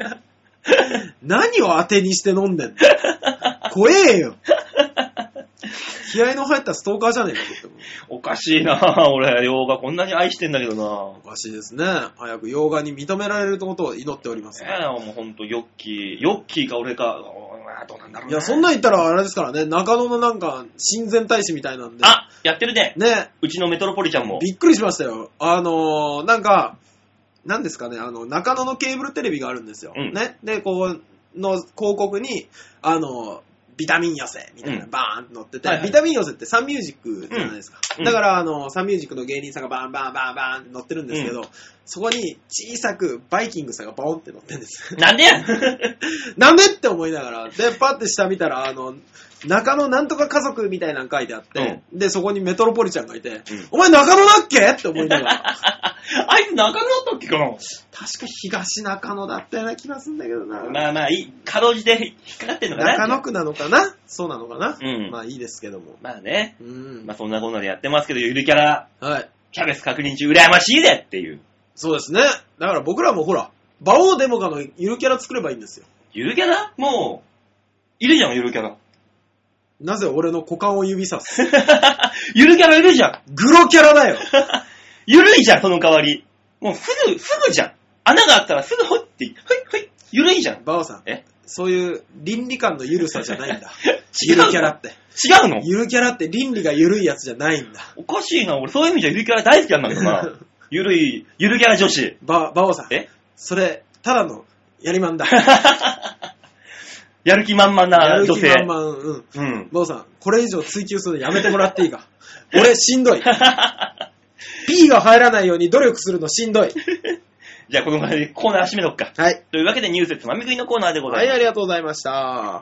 何を当てにして飲んでんの？怖えよ。気合の入ったストーカーじゃねえかとっても。 おかしいなぁ、俺、洋画こんなに愛してんだけどなぁ。 おかしいですね。早く洋画に認められることを祈っております、 ね。えー、もうほんと、ヨッキー、ヨッキーか俺か、どうなんだろうね。 いや、そんなん言ったらあれですからね、中野のなんか、親善大使みたいなんで。 あ、やってるね。 ね。 うちのメトロポリちゃんも。 びっくりしましたよ。あのー、なんか、なんですかね、あの、中野のケーブルテレビがあるんですよ。うん、ね。で、こう、の広告に、あの、ビタミン寄せみたいな、うん、バーンって載ってて、はいはい、ビタミン寄せってサンミュージックじゃないですか。うん、だから、あの、サンミュージックの芸人さんがバーンバーンバーンバーンって載ってるんですけど、うん、そこに小さくバイキングさんがバーンって載ってるんです。 なんでやなんでって思いながら、で、パッて下見たら、あの、中野なんとか家族みたいなの書いてあって、うん、で、そこにメトロポリちゃんがいて、うん、お前中野だっけって思いながら。 あいつ中野だったっけかな？ 確か東中野だったような気がするんだけどな。 まあまあ、いい。かろうじて引っかかってんのかな？ 中野区なのかな？そうなのかな？ うん。 まあいいですけども。 まあね。 うん。 まあそんなこんなでやってますけど、ゆるキャラ。 はい。 キャベツ確認中羨ましいぜっていう。 そうですね。だから僕らもほら、馬王デモカのゆるキャラ作ればいいんですよ。 ゆるキャラ？もう、いるじゃん、ゆるキャラ。 なぜ俺の股間を指さす？ ゆるキャラいるじゃん。 グロキャラだよ。 ゆるいじゃん、その代わり。もうすぐ、すぐじゃん。穴があったらすぐほいって、ほいほい。ゆるいじゃん。 バオさん。 えそういう倫理観のゆるさじゃないんだ。 違うゆるキャラって。 違うの？ ゆるキャラって倫理がゆるいやつじゃないんだ。 おかしいな、俺そういう意味じゃゆるキャラ大好きなんだけどな。ゆるい、ゆるキャラ女子。 バ、バオさん。 えそれ、ただの、やりまんだ。 やる気満々な女性。 やる気満々、うん。 うん。 バオさん、これ以上追求するのやめてもらっていいか。俺、しんどい。P が入らないように努力するのしんどい。 じゃあこのままでコーナー締めとくか。 はい。 というわけでニュースつまみ食いのコーナーでございます。 はい、ありがとうございました。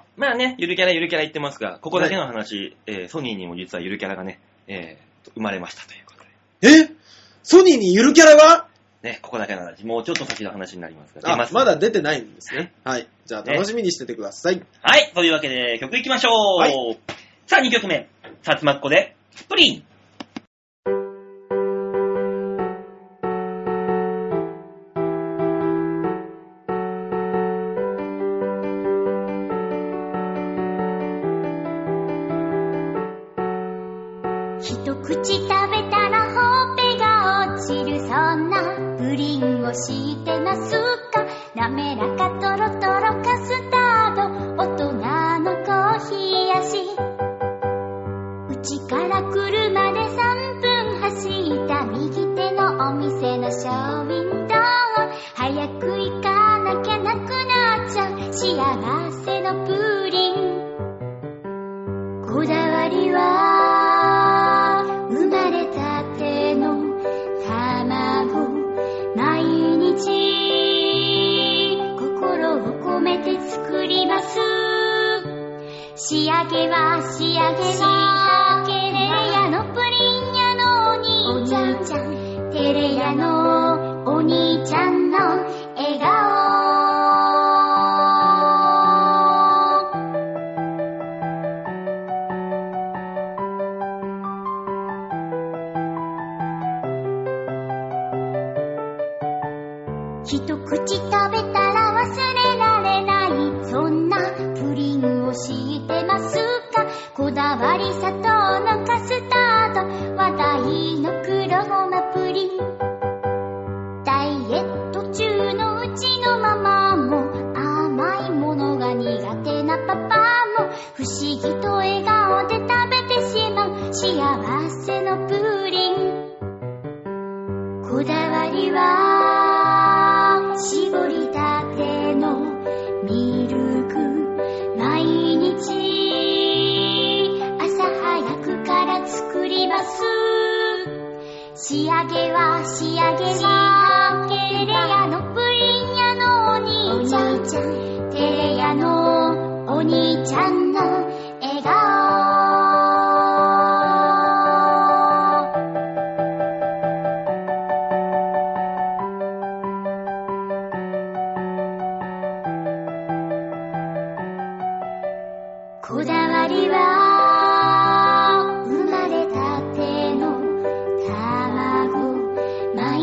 まあね、ゆるキャラゆるキャラ言ってますが、ここだけの話、はい、えー、ソニーにも実はゆるキャラがね、えー、生まれましたということで。えソニーにゆるキャラがね、ここだけの話、もうちょっと先の話になりますが、 あ、 出ます、 まだ出てないんですね。はい。じゃあ楽しみにしててください。ね、 はい、というわけで曲いきましょう。はい、さあにきょくめ、さつまっこで、プリン。 一口食べたらほっぺが落ちる、そんなプリンを知ってますか？滑らかトロトロカスタード、大人のコーヒー味。うちから車でさんぷん走った右手のお店のショーウィンドウ、早く行かなきゃなくなっちゃう幸せのプリン。こだわりは生まれたての卵、毎日心を込めて作ります。仕上げは仕上げはテレヤのプリン屋のお兄ちゃん、テレヤのお兄ちゃんの笑顔。一口食べたら忘れられない、そんなプリンを知ってますか？こだわり砂糖のカスタード、話題の黒ごまプリン。ダイエット中のうちのママも、甘いものが苦手なパパも、不思議と笑顔で食べてしまう幸せのプリン。こだわりは絞りたてのミルク、毎日朝早くから作ります。仕上げは仕上げはテレヤのプリン屋のお兄ちゃん、テレヤのお兄ちゃんの笑顔。こだわりは生まれたての卵、毎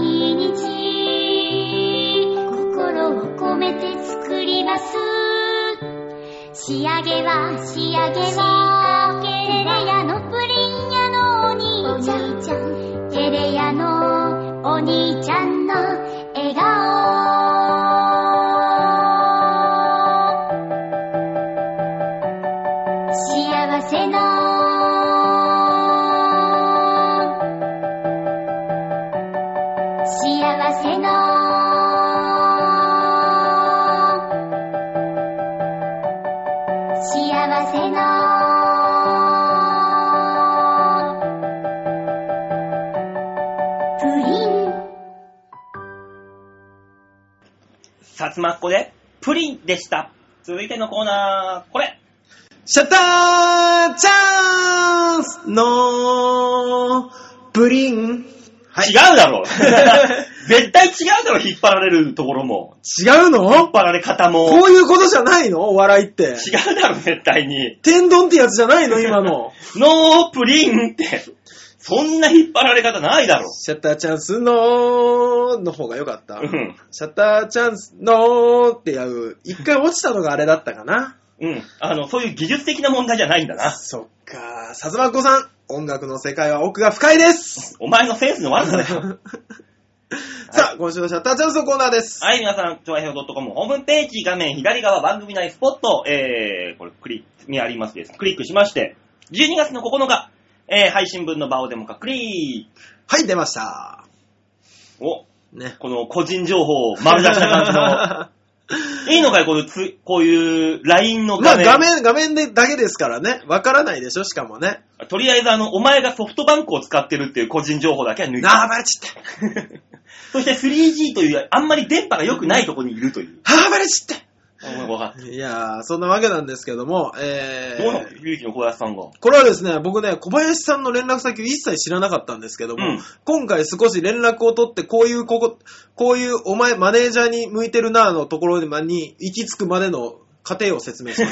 日心を込めて作ります。仕上げは仕上げはテレヤのプリン屋のお兄ちゃん、テレヤのお兄ちゃんの笑顔。幸せの幸せの幸せのプリン。 さつまっこでプリンでした。続いてのコーナー、これ。 シャッターチャンスのプリン。 はい、違うだろ絶対違うだろ、引っ張られるところも。 違うの？ 引っ張られ方も。 こういうことじゃないの？お笑いって。 違うだろ、絶対に。 天丼ってやつじゃないの今の。 ノープリンって。そんな引っ張られ方ないだろ。 シャッターチャンスのの方が良かった。 うん。 シャッターチャンスのってやう。一回落ちたのがあれだったかな。 うん。あの、そういう技術的な問題じゃないんだな。 そっか。さつまっこさん、音楽の世界は奥が深いです。 お前のセンスの悪さだよ。 さあ、はい、今週のシャッターチャンスのコーナーです。 はい、皆さん、ちょわひょう .com ホームページ画面左側番組内スポット、えー、これクリックにありますです。クリックしまして、じゅうにがつのここのか、えー、配信分の場をデモ化クリック。 はい、出ました。 お、ね、この個人情報を丸出した感じの。いいのかいこういうつ、こういう ライン の画面。 まあ画面、画面でだけですからね。わからないでしょ、しかもね。 とりあえずあの、お前がソフトバンクを使ってるっていう個人情報だけは抜いて。 あー、バレちった。 そして スリージー という、あんまり電波が良くないところにいるという。 あー、バレちった。 いやー、そんなわけなんですけども、えー、 どうなの響の小林さんが。 これはですね、僕ね、小林さんの連絡先を一切知らなかったんですけども、うん、今回少し連絡を取って、こういう、ここ、こういうお前、マネージャーに向いてるなーのところに行き着くまでの過程を説明しました。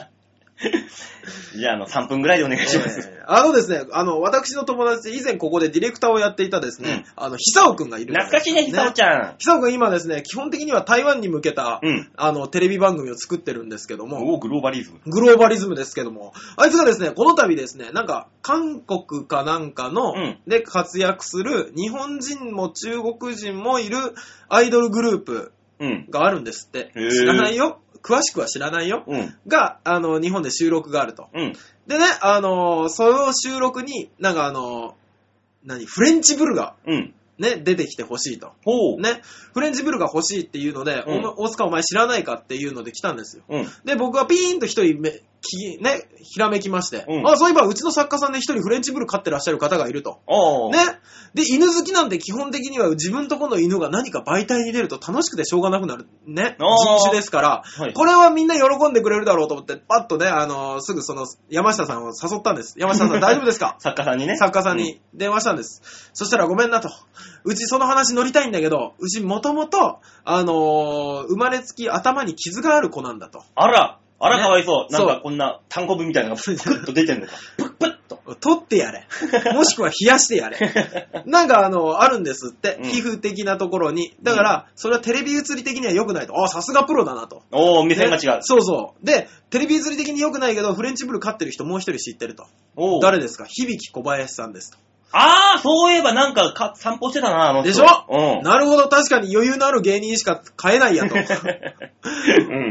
じゃあ、あの、さんぷんぐらいでお願いします。 えー、あのですね、あの、私の友達で以前ここでディレクターをやっていたですね、うん、あの、久尾くんがいるんです、ね。 懐かしいね、久尾ちゃん。 久尾くん今ですね、基本的には台湾に向けた、うん、あの、テレビ番組を作ってるんですけども。 おグローバリズム。 グローバリズムですけども。あいつがですね、この度ですね、なんか、韓国かなんかの、うん、で活躍する日本人も中国人もいるアイドルグループがあるんですって。うん、知らないよ。詳しくは知らないよ。うん、が、あの、日本で収録があると。うん、でね、あの、その収録に、なんかあの、何、フレンチブルが、うん、ね、出てきてほしいと。ほう。ね、フレンチブルが欲しいっていうので、うん、大塚お前知らないかっていうので来たんですよ。うん、で、僕はピーンと一人め、き、ね、ひらめきまして、うん、あ、そういえばうちの作家さんで一人フレンチブル飼ってらっしゃる方がいると。ね。で、犬好きなんて基本的には自分とこの犬が何か媒体に出ると楽しくてしょうがなくなるね、人種ですから、はい、これはみんな喜んでくれるだろうと思って、パッとね、あのー、すぐその山下さんを誘ったんです。山下さん大丈夫ですか作家さんにね。 作家さんに電話したんです。うん、そしたらごめんなと。うちその話乗りたいんだけど、うちもともと、あのー、生まれつき頭に傷がある子なんだと。 あらあら、かわいそう。ね、なんかこんな単行文みたいなのがプッと出てんのか。プップッと。 取ってやれ。もしくは冷やしてやれ。なんかあの、あるんですって。うん、皮膚的なところに。だから、それはテレビ映り的には良くないと。ああ、さすがプロだなと。 おー、目線が違う、ね。 そうそう。で、テレビ映り的に良くないけど、フレンチブル飼ってる人もう一人知ってると。誰ですか？響小林さんですと。 ああ、そういえばなんかか散歩してたな、あの人。 でしょ、うん、なるほど、確かに余裕のある芸人しか買えないやと。うん、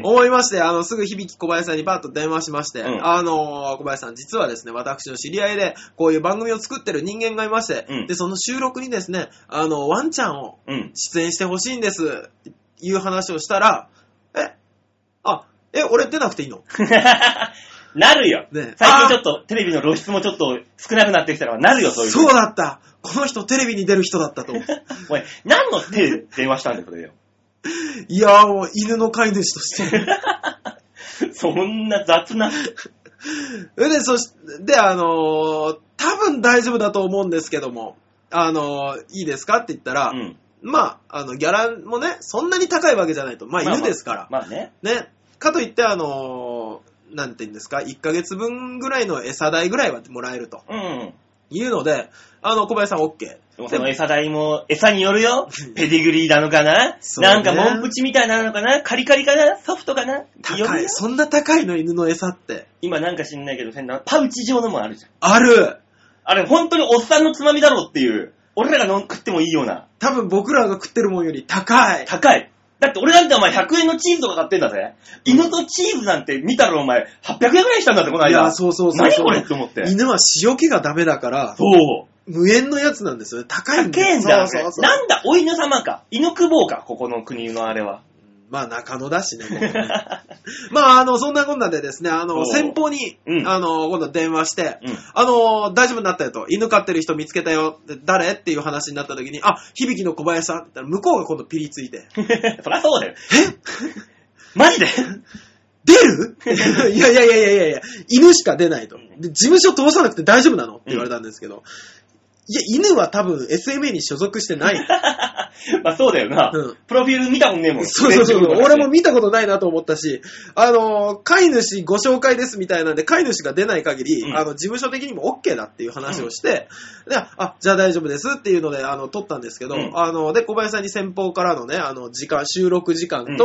思いまして、あの、すぐ響小林さんにバッと電話しまして、うん、あのー、小林さん、実はですね、私の知り合いで、こういう番組を作ってる人間がいまして、うん、で、その収録にですね、あの、ワンちゃんを出演してほしいんです、いう話をしたら、え、あ、え、俺出なくていいのなるよ、ね。最近ちょっとテレビの露出もちょっと少なくなってきたからなるよ、そういう。 そうだった。この人テレビに出る人だったと思う。 おい、何の手で電話したんだよ、これよ。 いやーもう犬の飼い主として。 そんな雑な。 で、そして、で、あのー、多分大丈夫だと思うんですけども、あのー、いいですかって言ったら、うん、まあ、あの、ギャラもね、そんなに高いわけじゃないと。まあ、犬ですから。 まあ、まあ、まあね。 ね。かといって、あのー、なんて言うんですか、いっかげつぶんぐらいの餌代ぐらいはもらえると。うん。いうので、あの、小林さん OK。 その餌代も、餌によるよ。ペディグリーなのかな、ね、なんかモンプチみたいなのかな、カリカリかな、ソフトかな、 高い。そんな高いの、犬の餌って。 今なんか知んないけど、パウチ状のもあるじゃん。 ある。 あれ、本当におっさんのつまみだろうっていう。俺らが食ってもいいような。 多分僕らが食ってるもんより高い。 高い。だって俺なんてお前ひゃくえんのチーズとか買ってんだぜ。犬とチーズなんて見たらお前はっぴゃくえんぐらいしたんだってこの間。 いや、そうそうそうそう。 何これって思って。 犬は塩気がダメだから。 そう。 無塩のやつなんですよね。高いんですよ。 高いんだ。そうそうそう。なんだ、お犬様か。犬久保か、ここの国のあれは。 まあ中野だしね。ねまああの、そんなこんなでですね、あの、先方に、うん、あの、今度電話して、うん、あの、大丈夫になったよと、犬飼ってる人見つけたよ、誰っていう話になった時に、あ、響の小林さんって言ったら、向こうが今度ピリついて。 そりゃそうだよ。 えマジで出るいやいやいやいやいや、犬しか出ないと。で、事務所通さなくて大丈夫なのって言われたんですけど、うん、いや、犬は多分 エスエムエー に所属してない。 まあそうだよな、うん。プロフィール見たもんねえもん。 そうそうそう。俺も見たことないなと思ったし、あの、飼い主ご紹介ですみたいなんで、飼い主が出ない限り、うん、あの、事務所的にも OK だっていう話をして、うん、で、あ、じゃあ大丈夫ですっていうので、あの、撮ったんですけど、うん、あの、で、小林さんに先方からのね、あの、時間、収録時間と、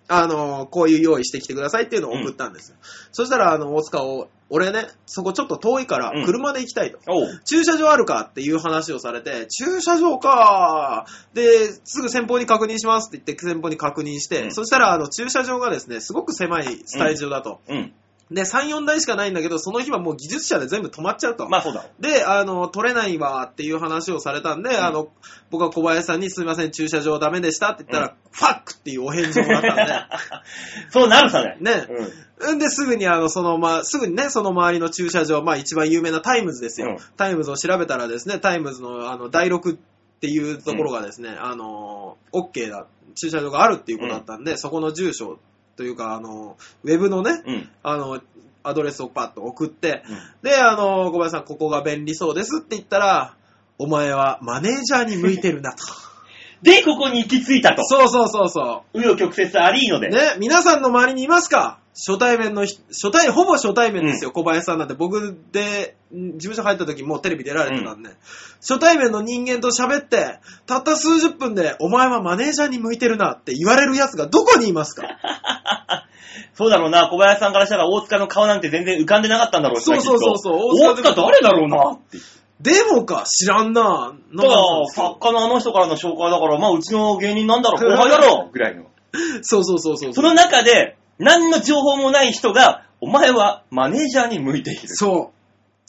あの、こういう用意してきてくださいっていうのを送ったんですよ。うん、そしたら、あの、大塚を、俺ね、そこちょっと遠いから、車で行きたいと、うん。駐車場あるかっていう話をされて、駐車場かー。で、すぐ先方に確認しますって言って、先方に確認して、うん、そしたら、あの、駐車場がですね、すごく狭いスタジオだと。うんうんで、さん、よんだいしかないんだけど、その日はもう技術者で全部止まっちゃうと。 まあそうだ。 で、あの、取れないわっていう話をされたんで、うん、あの、僕は小林さんにすみません、駐車場ダメでしたって言ったら、うん、ファックっていうお返事をもらったんで。 そうなるさね。 ね。うん。んで、すぐにあの、その、まあ、すぐにね、その周りの駐車場、まあ一番有名なタイムズですよ。うん、タイムズを調べたらですね、タイムズのあの、だいろくっていうところがですね、うん、あの、OK だ、駐車場があるっていうことだったんで、うん、そこの住所、というか、あの、ウェブのね、うん、あの、アドレスをパッと送って、うん、で、あの、小林さん、ここが便利そうですって言ったら、お前はマネージャーに向いてるなと。 で、ここに行き着いたと。 そうそうそうそう。 紆余曲折ありーので。 ね、皆さんの周りにいますか？初対面の、初対、ほぼ初対面ですよ、うん、小林さんなんて。僕で、事務所入った時もうテレビ出られてたんで、うん、初対面の人間と喋って、たった数十分で、お前はマネージャーに向いてるなって言われる奴がどこにいますか？ そうだろうな、小林さんからしたら大塚の顔なんて全然浮かんでなかったんだろう。 そうそうそうそう。 大塚誰だろうなって。 でもか、知らんな。 ただ、作家のあの人からの紹介だから、まあ、うちの芸人なんだろう、後輩だろう、ぐらいの。 そうそうそうそう。 その中で、何の情報もない人が、お前はマネージャーに向いている。 そう。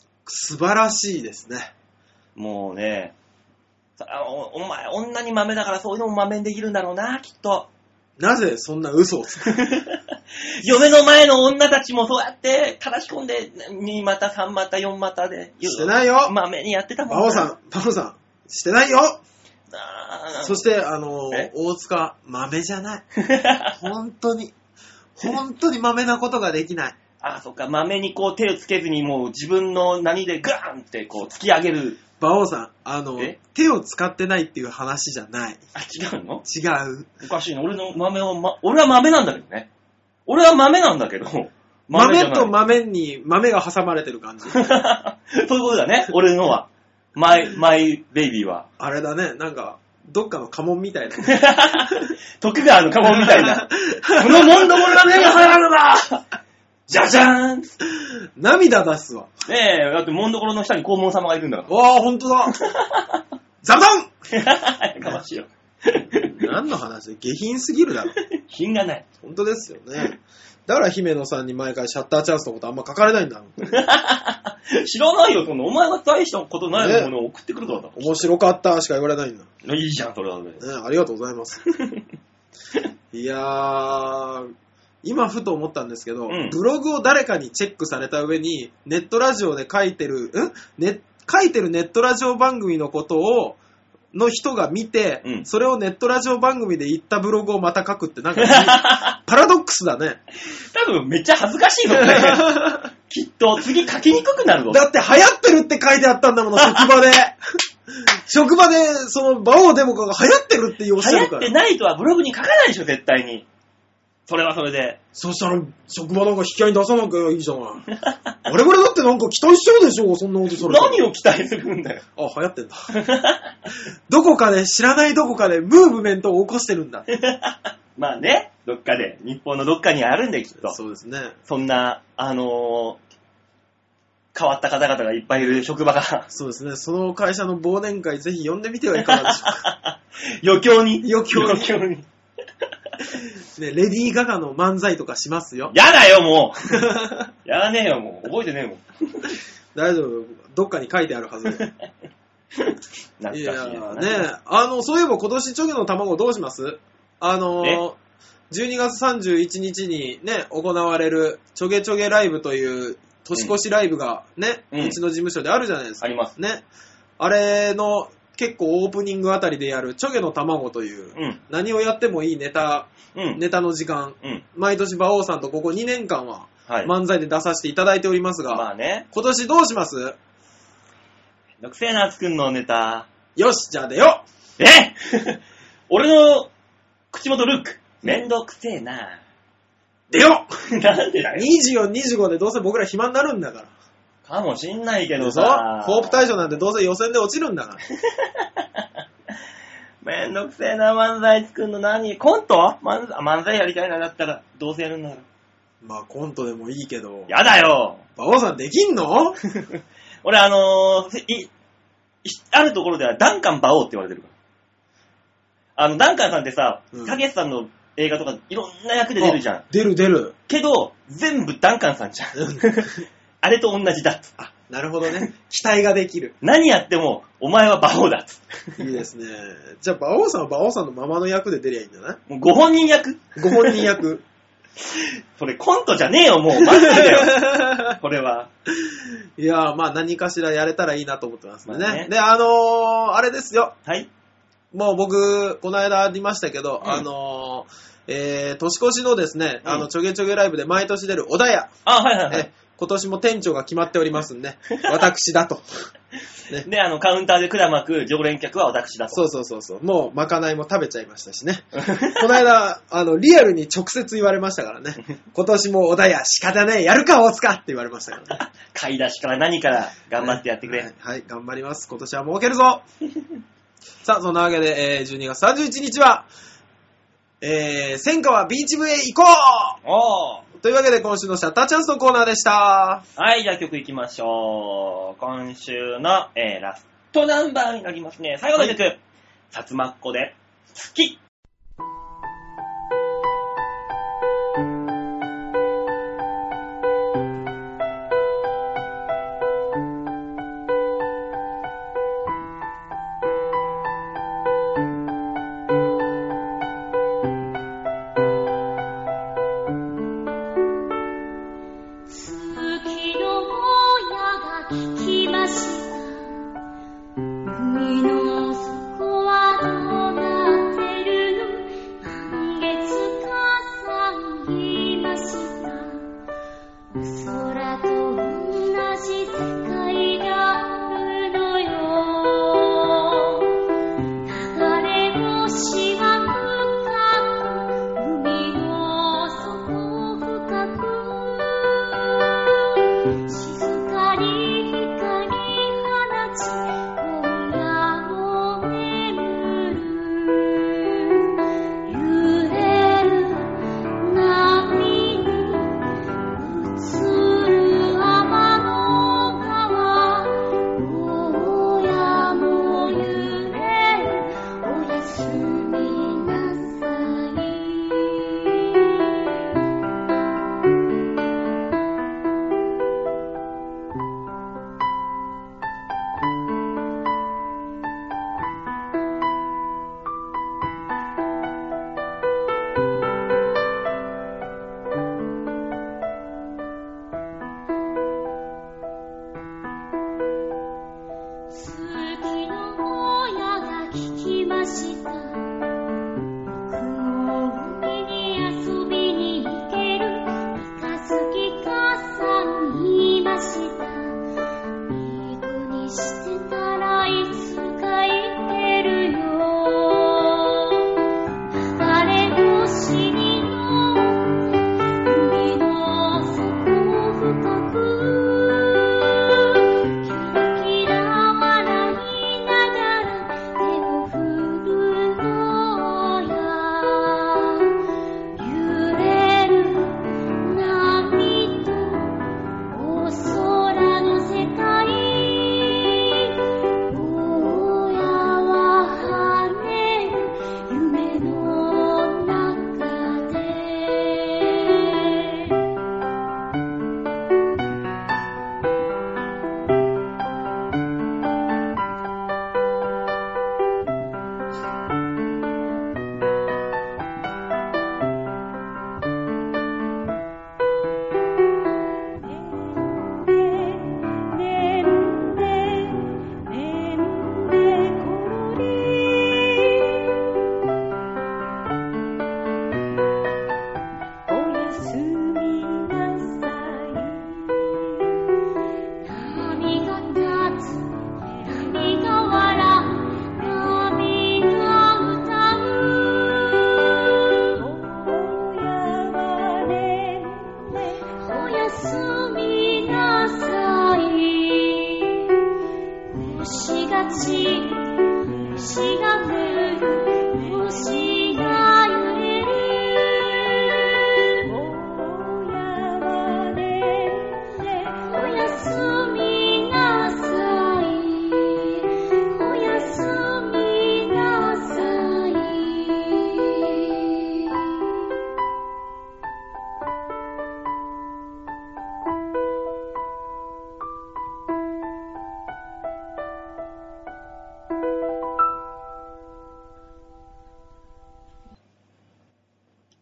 素晴らしいですね。 もうね、お, お前、女に豆だからそういうのも豆にできるんだろうな、きっと。 なぜそんな嘘をつく嫁の前の女たちもそうやって叩き込んで、に股、さん股、よん股で。 してないよ。 豆にやってたもんな。バオさん、バオさん、してないよ。そして、あの、大塚、豆じゃない。本当に、本当に豆なことができない。 ああ、そっか、豆にこう手をつけずにもう自分の何でガーンってこう突き上げる。 馬王さん、あの、手を使ってないっていう話じゃない。 あ、違うの？ 違う。 おかしいな。俺の豆を、ま、俺は豆なんだけどね。俺は豆なんだけど。 豆, 豆と豆に豆が挟まれてる感じ。 そういうことだね。俺のは。マイ、マイベイビーは。 あれだね。なんか、どっかの家紋みたいな。 徳川の家紋みたいな。このモンドモルが目に入るなじゃじゃーん涙出すわ。 ねえ、だってモンドコロの下に黄門様がいるんだから。 わあ、ほんとだ。ザブドンやかましいよ。 何の話で下品すぎるだろ。 品がない。 ほんとですよね。だから姫野さんに毎回シャッターチャンスのことあんま書かれないんだ。 知らないよ、そのお前が大したことないものを送ってくるからだ、ね。 面白かったしか言われないんだ。 いいじゃん、それはね。 ね、ありがとうございます。いやー、今ふと思ったんですけど、うん、ブログを誰かにチェックされた上に、ネットラジオで書いてる、んね、書いてるネットラジオ番組のことを、の人が見て、うん、それをネットラジオ番組で言ったブログをまた書くってなんか、パラドックスだね。 多分めっちゃ恥ずかしいのね。きっと次書きにくくなるの。 だって流行ってるって書いてあったんだもの、職場で。職場で、その、馬王デモカが流行ってるって言おっしゃるから。 流行ってないとはブログに書かないでしょ、絶対に。それはそれで。 そしたら、職場なんか引き合いに出さなきゃいいじゃない。我々だってなんか期待しちゃうでしょ、そんなことそれ。 何を期待するんだよ。 あ、流行ってんだ。どこかで、知らないどこかでムーブメントを起こしてるんだ。 まあね、どっかで、日本のどっかにあるんだよ、きっと。 そうですね。 そんな、あのー、変わった方々がいっぱいいる職場が。 そうですね。その会社の忘年会ぜひ呼んでみてはいかがでしょうか。 余興に余興に。 余興に。 ね、レディー・ガガの漫才とかしますよ。 やだよ、もう。やらねえよ、もう。覚えてねえもん。 大丈夫。どっかに書いてあるはず。 懐かしい。いやね、あの、そういえば今年チョゲの卵どうします？あの、じゅうにがつさんじゅういちにちにね、行われるチョゲチョゲライブという年越しライブがね、うん、うちの事務所であるじゃないですか。 あります。 ね。あれの、結構オープニングあたりでやるチョゲの卵という、うん、何をやってもいいネタ、うん、ネタの時間、うん、毎年馬王さんとここにねんかんは漫才で出させていただいておりますが、 まあね、 今年どうします？ めんどくせえな、作んのネタ。 よし、じゃあ出よう。え俺の口元ルック、めんどくせえな。 出ようなんでだよ。 にじゅうよん、にじゅうごでどうせ僕ら暇になるんだから。 かもしんないけどさ。 ホープ大賞なんてどうせ予選で落ちるんだから。 めんどくせえな、漫才作るの何コント漫才、漫才やりたいな、だったら、どうせやるんだから。 まあコントでもいいけど。 やだよ。 馬王さんできんの俺あのー、い、あるところではダンカン馬王って言われてるから。あの、ダンカンさんってさ、たけしさんの映画とかいろんな役で出るじゃん。 出る出る。 けど、全部ダンカンさんじゃん。あれと同じだっつって。 あ、なるほどね。期待ができる。 何やっても、お前は馬王だっつって。 いいですね。じゃあ、馬王さんは馬王さんのままの役で出りゃいいんじゃない？ もうご本人役ご本人役。 それコントじゃねえよ、もう。漫才だよ。これは。 いやー、まあ何かしらやれたらいいなと思ってますね。 まあねで、あのー、あれですよ。 はい。 もう僕、この間ありましたけど、 うん、 あのー、えー、年越しのですね、 うん、 あの、ちょげちょげライブで毎年出る小田屋。 あ、はいはいはい。 え今年も店長が決まっておりますんで、私だと。 ね、で、あの、カウンターで管巻く常連客は私だと。 そうそうそうそう。もう、まかないも食べちゃいましたしね。この間、あの、リアルに直接言われましたからね。今年も小田屋仕方ねえ、やるか大塚って言われましたからね。 買い出しから何から頑張ってやってくれ。 はい、はい、頑張ります。今年は儲けるぞ。さあ、そんなわけで、えー、じゅうにがつさんじゅういちにちは、えー、千川ビーチ部へ行こうおーというわけで今週のシャッターチャンスのコーナーでした。 はい、じゃあ曲いきましょう。今週の、えー、ラストナンバーになりますね。最後の曲。はい、さつまっこで、好き。 海の底はどうなってる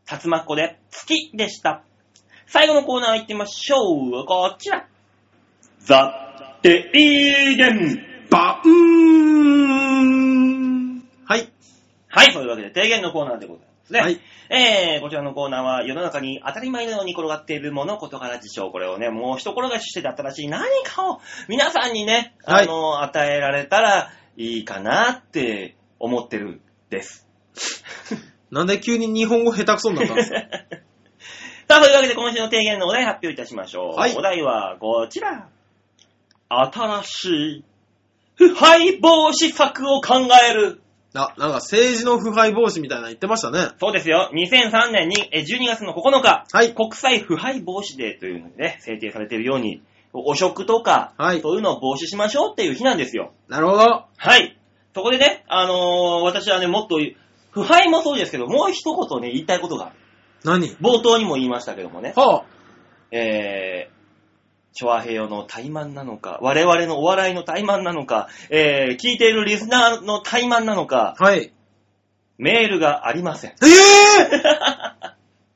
さつまっこで好きでした。最後のコーナー行ってみましょう。こちら。ザ・提言。 バーン。はい。 はい、そういうわけで提言のコーナーでございますね。 はい。 えー、こちらのコーナーは世の中に当たり前のように転がっているもの、事柄、事象、これをね、もう一転がしして新しい何かを皆さんにね、あの、はい、与えられたらいいかなって思ってるです。 なんで急に日本語下手くそになったんですか？ さあ、というわけで今週の提言のお題発表いたしましょう。 はい。 お題はこちら。新しい腐敗防止策を考える。 あ、なんか政治の腐敗防止みたいなの言ってましたね。 そうですよ。にせんさんねんにじゅうにがつのここのか、 はい、 国際腐敗防止デーというのでね、制定されているように、汚職とか、はい、そういうのを防止しましょうっていう日なんですよ。 なるほど。 はい。そこでね、あのー、私はね、もっと、腐敗もそうですけど、もう一言ね、言いたいことがある。 何？ 冒頭にも言いましたけどもね。 はあ、えー、チョアヘヨの怠慢なのか、我々のお笑いの怠慢なのか、えー、聞いているリスナーの怠慢なのか、 はい。 メールがありません。 えー、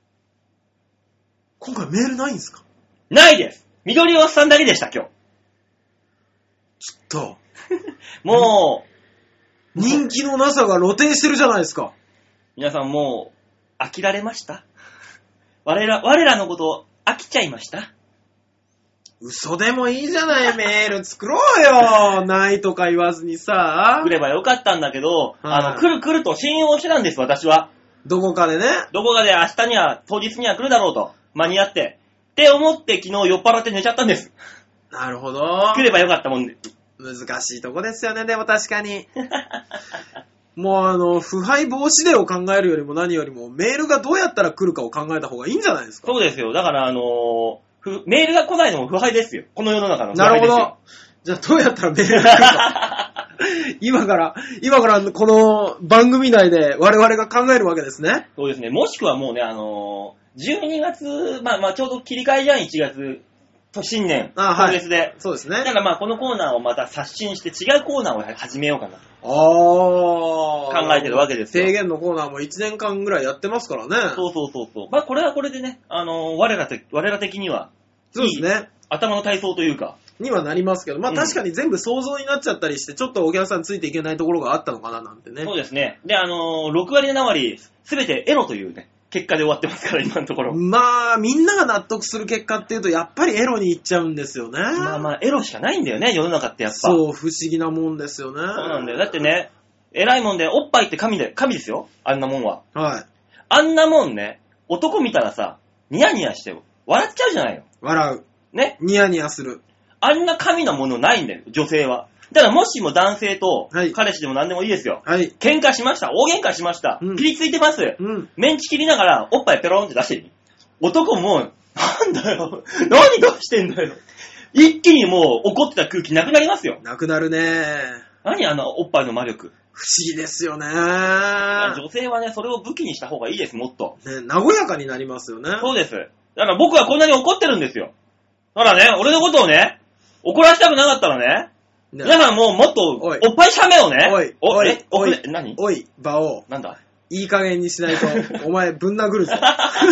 今回メールないんですか？ ないです。緑おっさんだけでした、今日。 ちょっと。 もう、人気のなさが露呈してるじゃないですか。 皆さんもう、飽きられました？我ら、我らのこと飽きちゃいました？ 嘘でもいいじゃない、メール作ろうよ。ないとか言わずにさ。 来ればよかったんだけど、はい、あの、来る来ると信用してたんです、私は。 どこかでね。 どこかで明日には、当日には来るだろうと。間に合って。って思って昨日酔っ払って寝ちゃったんです。 なるほど。 来ればよかったもんで。 難しいとこですよね、でも確かに。もうあの、腐敗防止デーを考えるよりも何よりも、メールがどうやったら来るかを考えた方がいいんじゃないですか。 そうですよ。だからあのー、メールが来ないのも腐敗ですよ。この世の中の腐敗ですよ。なるほど。 じゃあどうやったらメールが来るか。今から、今からこの番組内で我々が考えるわけですね。 そうですね。もしくはもうね、あのー、じゅうにがつ、まあまあちょうど切り替えじゃん、いちがつ。新年、 あ、 今月で、はい。 そうですね。 だからまあこのコーナーをまた刷新して違うコーナーを始めようかな。 ああ。 考えてるわけですよ。 提言のコーナーもいちねんかんぐらいやってますからね。 そうそうそうそう。まあこれはこれでね、あのー、我らて、我ら的には、 そうですね。 頭の体操というか。 にはなりますけど、まあ確かに全部想像になっちゃったりして、ちょっとお客さんついていけないところがあったのかななんてね。 そうですね。で、あのー、ろくわりななわり、すべてエロというね。結果で終わってますから、今のところ。 まあ、みんなが納得する結果っていうと、やっぱりエロに行っちゃうんですよね。 まあまあ、エロしかないんだよね、世の中ってやっぱ。 そう、不思議なもんですよね。そうなんだよ。だってね、偉いもんで、おっぱいって神で、神ですよ、あんなもんは。 はい。 あんなもんね、男見たらさ、ニヤニヤして笑っちゃうじゃないよ。 笑う。 ね。 ニヤニヤする。 あんな神なものないんだよ、女性は。だからもしも男性と、彼氏でも何でもいいですよ。 はい。 喧嘩しました。大喧嘩しました。うん、ピリついてます。 うん。 メンチ切りながら、おっぱいペロンって出してる。男も、なんだよ。何出してんだよ。一気にもう怒ってた空気なくなりますよ。 なくなるね。 何あのおっぱいの魔力。 不思議ですよね。 女性はね、それを武器にした方がいいです、もっと。 ね、和やかになりますよね。 そうです。だから僕はこんなに怒ってるんですよ。だからね、俺のことをね、怒らせたくなかったらね、ね、皆さんもうもっとおっぱいしゃべをね。 おい、おい、おい、 何おい、馬王。 なんだいい加減にしないと、お前ぶん殴るぞ。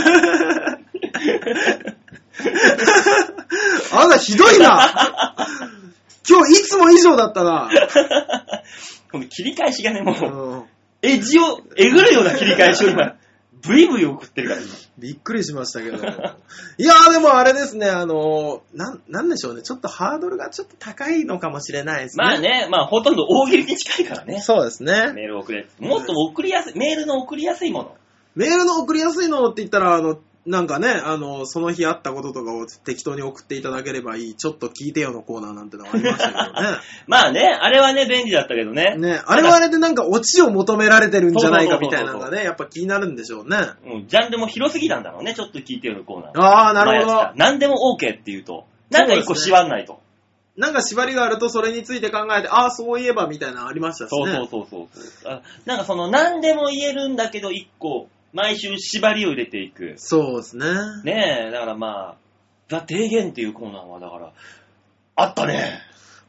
あんたひどいな。今日いつも以上だったな。 この切り返しがね、もう、うん、エッジをえぐるような切り返しを今、ブイブイ送ってるから今。 びっくりしましたけど。いやーでもあれですね、あのー、なん、なんでしょうね、ちょっとハードルがちょっと高いのかもしれないですね。 まあね、まあほとんど大喜利に近いからね。 そうですね。 メールを送れ。もっと送りやすい、メールの送りやすいもの。 メールの送りやすいのって言ったら、あの、なんかね、あの、その日あったこととかを適当に送っていただければいい、ちょっと聞いてよのコーナーなんてのがありましたけどね。 まあね、あれはね、便利だったけどね。 ね、あれはあれでなんかオチを求められてるんじゃないかみたいなのがね、やっぱ気になるんでしょうね。 うん、ジャンルも広すぎたんだろうね、ちょっと聞いてよのコーナー。 ああ、なるほど。 何でも OK って言うと、なんか一個縛んないと。 なんか縛りがあるとそれについて考えて、ああ、そういえばみたいなのありましたしね。 そうそうそうそう。あ、なんかその何でも言えるんだけど一個、毎週縛りを入れていく。 そうですね。 ねえ、だからまあ、ザ・提言っていうコーナーはだから、あったね。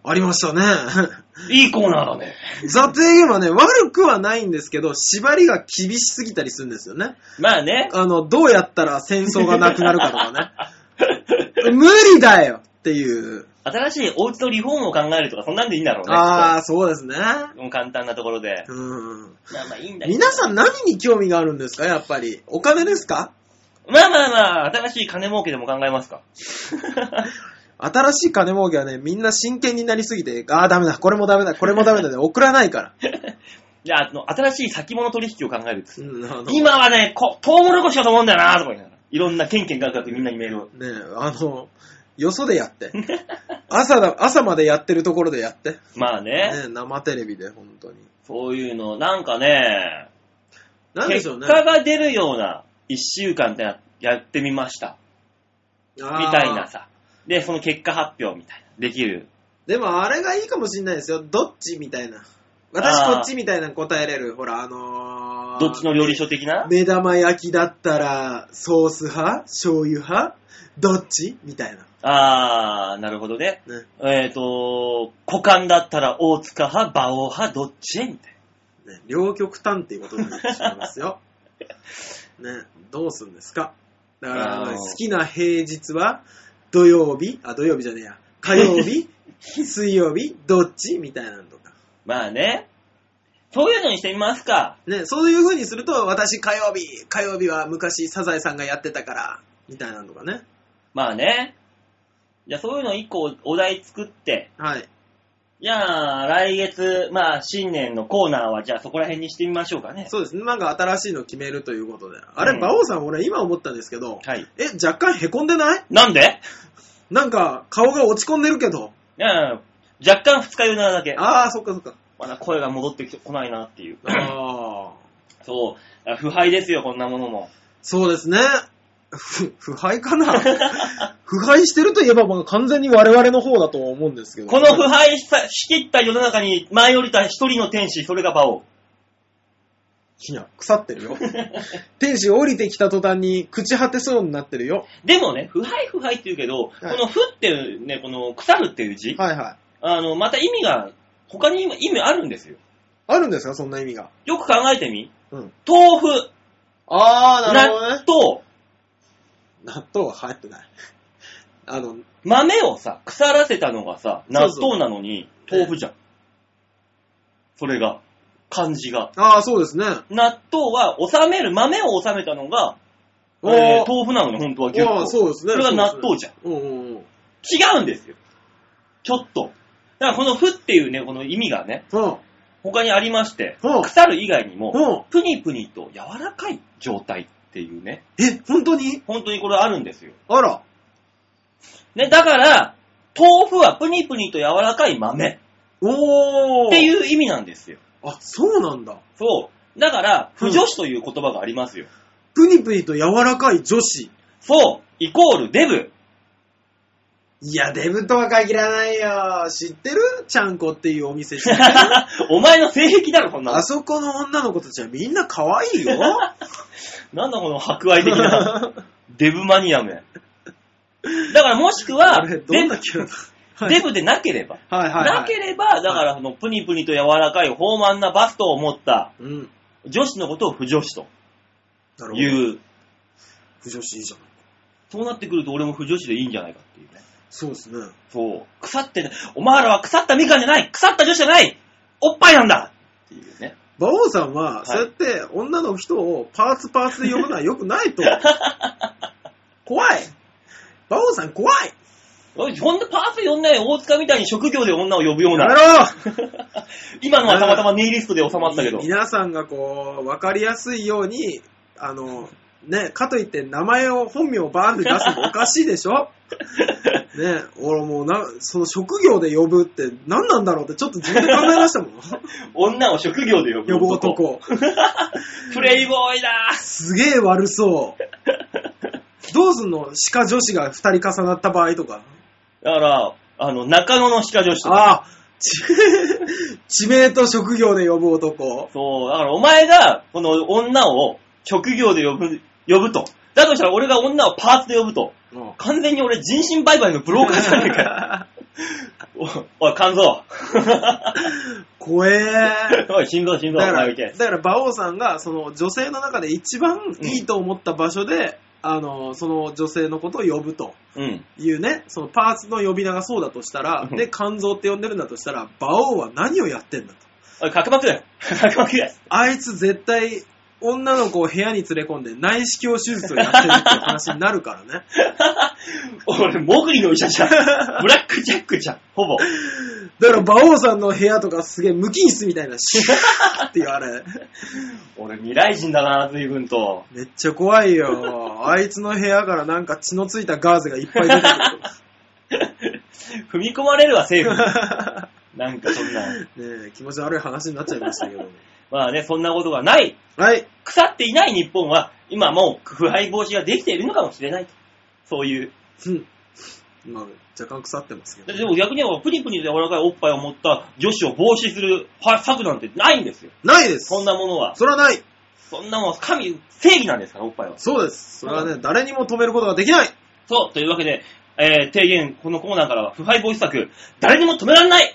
ありましたね。 いいコーナーだね。 ザ・提言はね、悪くはないんですけど、縛りが厳しすぎたりするんですよね。 まあね。 あの、どうやったら戦争がなくなるかとかね。無理だよっていう。 新しいお家のリフォームを考えるとか、そんなんでいいんだろうね。 ああ、そうですね。 もう簡単なところで。 うん。 まあまあいいんだけど。 皆さん何に興味があるんですか、やっぱり。お金ですか？ まあまあまあ、新しい金儲けでも考えますか。 新しい金儲けはね、みんな真剣になりすぎて、ああ、ダメだ、これもダメだ、これもダメだね、送らないから。 じゃあ、あの、新しい先物取引を考えるんです。 うん、あの今はね、こトウモロコシだと思うんだよな、とか言いながら。いろんなケンケンガクガクみんなにメールを。 ねえ、あの、よそでやって。朝だ、朝までやってるところでやって。 まあね。 ねえ、生テレビで、本当に。 そういうの、なんかね、 なんでしょうね。 結果が出るような一週間ってややってみました。みたいなさ。で、その結果発表みたいな。できる。 でもあれがいいかもしんないですよ。どっちみたいな。私こっちみたいな答えれる。ほら、あのー、 どっちの料理書的な目玉焼きだったら、ソース派醤油派どっちみたいな。 あー、なるほどね。ねえっ、ー、と、股間だったら大塚派、馬王派、どっちみたいな。ね、両極端っていうことになってしまいますよ。ね、どうすんですか。だから、好きな平日は、土曜日あ、土曜日じゃねえや。火曜日水曜日どっちみたいなのとか。 まあね。そういうのにしてみますか。 ね、そういう風にすると、私火曜日、火曜日は昔サザエさんがやってたから、みたいなのとかね。 まあね。じゃあそういうの一個お題作って、 はい。 じゃあ来月、まあ新年のコーナーはじゃあそこら辺にしてみましょうかね。 そうですね。なんか新しいの決めるということで。あれ、馬王さん、俺今思ったんですけど、 はい。 え、若干凹んでない？ なんで？ なんか顔が落ち込んでるけど。 いや、若干二日酔いなだけ。 ああ、そっかそっか。 まだ声が戻ってこないなっていう。 ああ。 そう。腐敗ですよ、こんなものも。 そうですね。ふ、腐敗かな腐敗してるといえば、まあ、完全に我々の方だと思うんですけど。 この腐敗しきった世の中に舞い降りた一人の天使、それが馬王。 いや、腐ってるよ。天使降りてきた途端に朽ち果てそうになってるよ。 でもね、腐敗腐敗って言うけど、はい、この腐っていうね、この腐るっていう字。 はいはい。 あの、また意味が、他に意味あるんですよ。 あるんですか、そんな意味が。 よく考えてみ。 うん。 豆腐。 あー、なるほどね。 納豆。 納豆は入ってない。あの、 豆をさ、腐らせたのがさ、納豆なのに豆腐じゃん。それが、漢字が。 ああ、そうですね。 納豆は収める、豆を収めたのが、えー、豆腐なのに本当はギュッと。 ああ、そうですね。 それが納豆じゃん。 うんうんうん。 違うんですよ。ちょっと。だからこの腐っていうね、この意味がね、 うん、 他にありまして、 うん、 腐る以外にも、 うん、 プニプニと柔らかい状態っていうね。 え、本当に？ 本当にこれあるんですよ。 あら。 ね、だから、豆腐はプニプニと柔らかい豆。 おー。 っていう意味なんですよ。 あ、そうなんだ。 そう。だから、不女子という言葉がありますよ。 プニプニと柔らかい女子。 そう。イコールデブ。 いや、デブとは限らないよ。知ってる？ちゃんこっていうお店知ってる？ お前の性癖だろ、こんなの。 あそこの女の子たちはみんな可愛いよ。 なんだこの博愛的なデブマニアめ。だからもしくは、 デブ、はい、 デブでなければ。 はいはいはい、 なければ、だからそのプニプニと柔らかい豊満なバストを持った女子のことを不女子という。 不女子いいじゃない。 そうなってくると俺も不女子でいいんじゃないかっていうね。 そうですね。 そう。腐ってね、お前らは腐ったみかんじゃない、腐った女子じゃない、おっぱいなんだっていうね。 馬王さんは、そうやって女の人をパーツパーツで呼ぶのは良くないと。怖い。馬王さん怖い。 おい、ほんとパーツ呼んない大塚みたいに職業で女を呼ぶような。 やろ今のはたまたまネイリストで収まったけど。 皆さんがこう、わかりやすいように、あの、ね、かといって名前を、本名をバーンって出すのおかしいでしょね、俺もうな、その職業で呼ぶって何なんだろうってちょっと自分で考えましたもん。 女を職業で呼ぶ男。呼ぶ男。 プレイボーイだー。 すげえ悪そう。どうすんの？歯科女子が二人重なった場合とか。 だから、あの、中野の歯科女子とか。 ああ。地名と職業で呼ぶ男。 そう、だからお前が、この女を職業で呼ぶ、呼ぶと。だとしたら俺が女をパーツで呼ぶと。うん、完全に俺人身売買のブローカーじゃねえか。 お、おい、肝臓。 怖えー。 おい、心臓、心臓。 だから、 だから馬王さんが、その女性の中で一番いいと思った場所で、うん、あの、その女性のことを呼ぶというね、うん、そのパーツの呼び名がそうだとしたら、うん、で、肝臓って呼んでるんだとしたら、馬王は何をやってんだと。 おい、角膜だよ。角膜だよ。 あいつ絶対、女の子を部屋に連れ込んで内視鏡手術をやってるっていう話になるからね。 俺、モグリの医者じゃん。ブラックジャックじゃん、ほぼ。 だから、馬王さんの部屋とかすげえ無菌室みたいな、シューっていうあれ。 俺、未来人だな、随分と。 めっちゃ怖いよ。あいつの部屋からなんか血のついたガーゼがいっぱい出てくる。 踏み込まれるわ、政府。なんかそんな。 ねえ、気持ち悪い話になっちゃいましたけど。 まあね、そんなことがない。 はい。 腐っていない日本は、今もう腐敗防止ができているのかもしれないと。そういう。 うん。まあ、若干腐ってますけど、ね。 でも逆にはプニプニで柔らかいおっぱいを持った女子を防止する策なんてないんですよ。 ないです。 そんなものは。 それはない。 そんなもん、神、正義なんですから、おっぱいは。 そうです。それはね、誰にも止めることができない。 そう、というわけで、えー、提言、このコーナーからは、腐敗防止策、誰にも止められない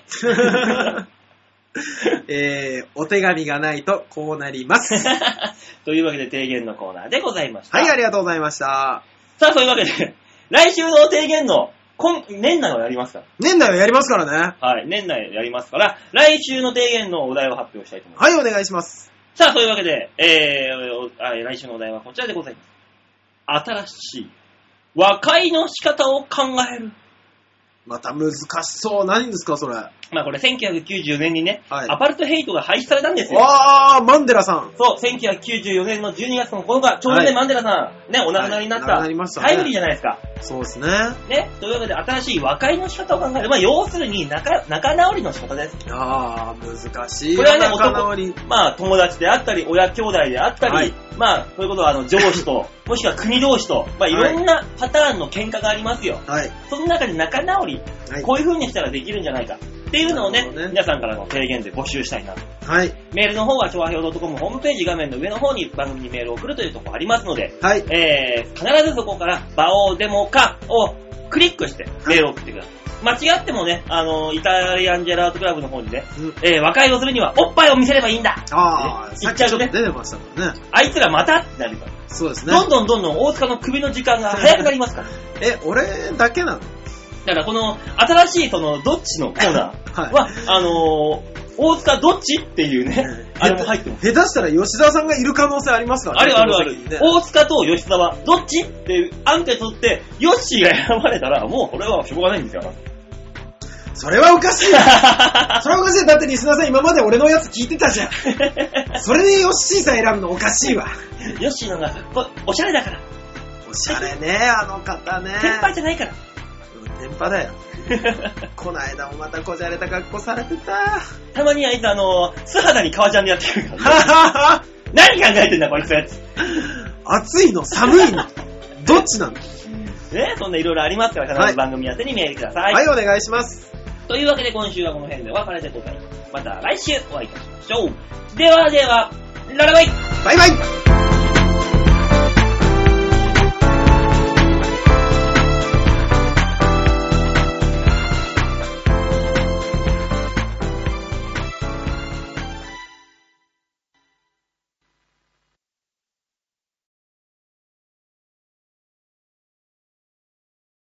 えー、お手紙がないとこうなります。 というわけで、提言のコーナーでございました。 はい、ありがとうございました。 さあ、そういうわけで、来週の提言の、今年内はやりますから。 年内はやりますからね。 はい、年内やりますから、来週の提言のお題を発表したいと思います。 はい、お願いします。 さあ、そういうわけで、えー、来週のお題はこちらでございます。新しい和解の仕方を考える。 また難しそう。何ですか、それ。 まあこれせんきゅうひゃくきゅうじゅうよねんにね、 はい、 アパルトヘイトが廃止されたんですよ。 あー、マンデラさん。 そう、せんきゅうひゃくきゅうじゅうよねんのじゅうにがつのここのか、ちょうどね、はい、マンデラさん、ね、お亡くなりになった。 はい、亡くなりましたね。 タイムリーじゃないですか。 そうですね。 ね、というわけで新しい和解の仕方を考える。まあ要するに仲、仲直りの仕方です。 あー、難しい。 これはね、 仲直り。 まあ友達であったり、親兄弟であったり、はい、まあ、そういうことはあの上司と、もしくは国同士と、まあいろんなパターンの喧嘩がありますよ。はい。その中で仲直り、はい、こういう風にしたらできるんじゃないか。っていうのをね、ね皆さんからの提言で募集したいなと。 はい。 メールの方は、ちょわひょう .com ホームページ画面の上の方に番組にメールを送るというところありますので、 はい。 えー、必ずそこから、バオデモカをクリックしてメールを送ってください。はい、間違ってもね、あの、イタリアンジェラートクラブの方にね、うん、えー、和解をするにはおっぱいを見せればいいんだああ、 言っちゃうとね。 出てましたもんね。 あいつらまたってなるから。 そうですね。 どんどんどんどん大塚の首の時間が早くなりますから。 え、俺だけなの？ だからこの新しいそのどっちのコーナーは、はい、あのー、大塚どっちっていうね、あれも入ってます。 下手したら吉沢さんがいる可能性ありますからね。あるあるある。ね、大塚と吉沢、どっちっていうアンケート取って、ヨッシーが選ばれたら、もうこれはしょうがないんですよ。 それはおかしいな。それはおかしい。だってリスナーさん今まで俺のやつ聞いてたじゃん。それでヨッシーさん選ぶのおかしいわ。 ヨッシーのがおしゃれだから。 おしゃれね、あの方ね。 テンパじゃないから。 テンパだよ。この間もまたこじゃれた格好されてた。 たまにあいつあの素肌に革ジャンでやってくるから、ね。何考えてんだこいつやつ。 暑いの寒いのどっちなの？ ね、そんないろいろありますから必ず番組宛てにメールください。 はい、はい、お願いします。 というわけで今週はこの辺でお別れでございます。また来週お会いいたしましょう。ではでは、ララバイバイバイ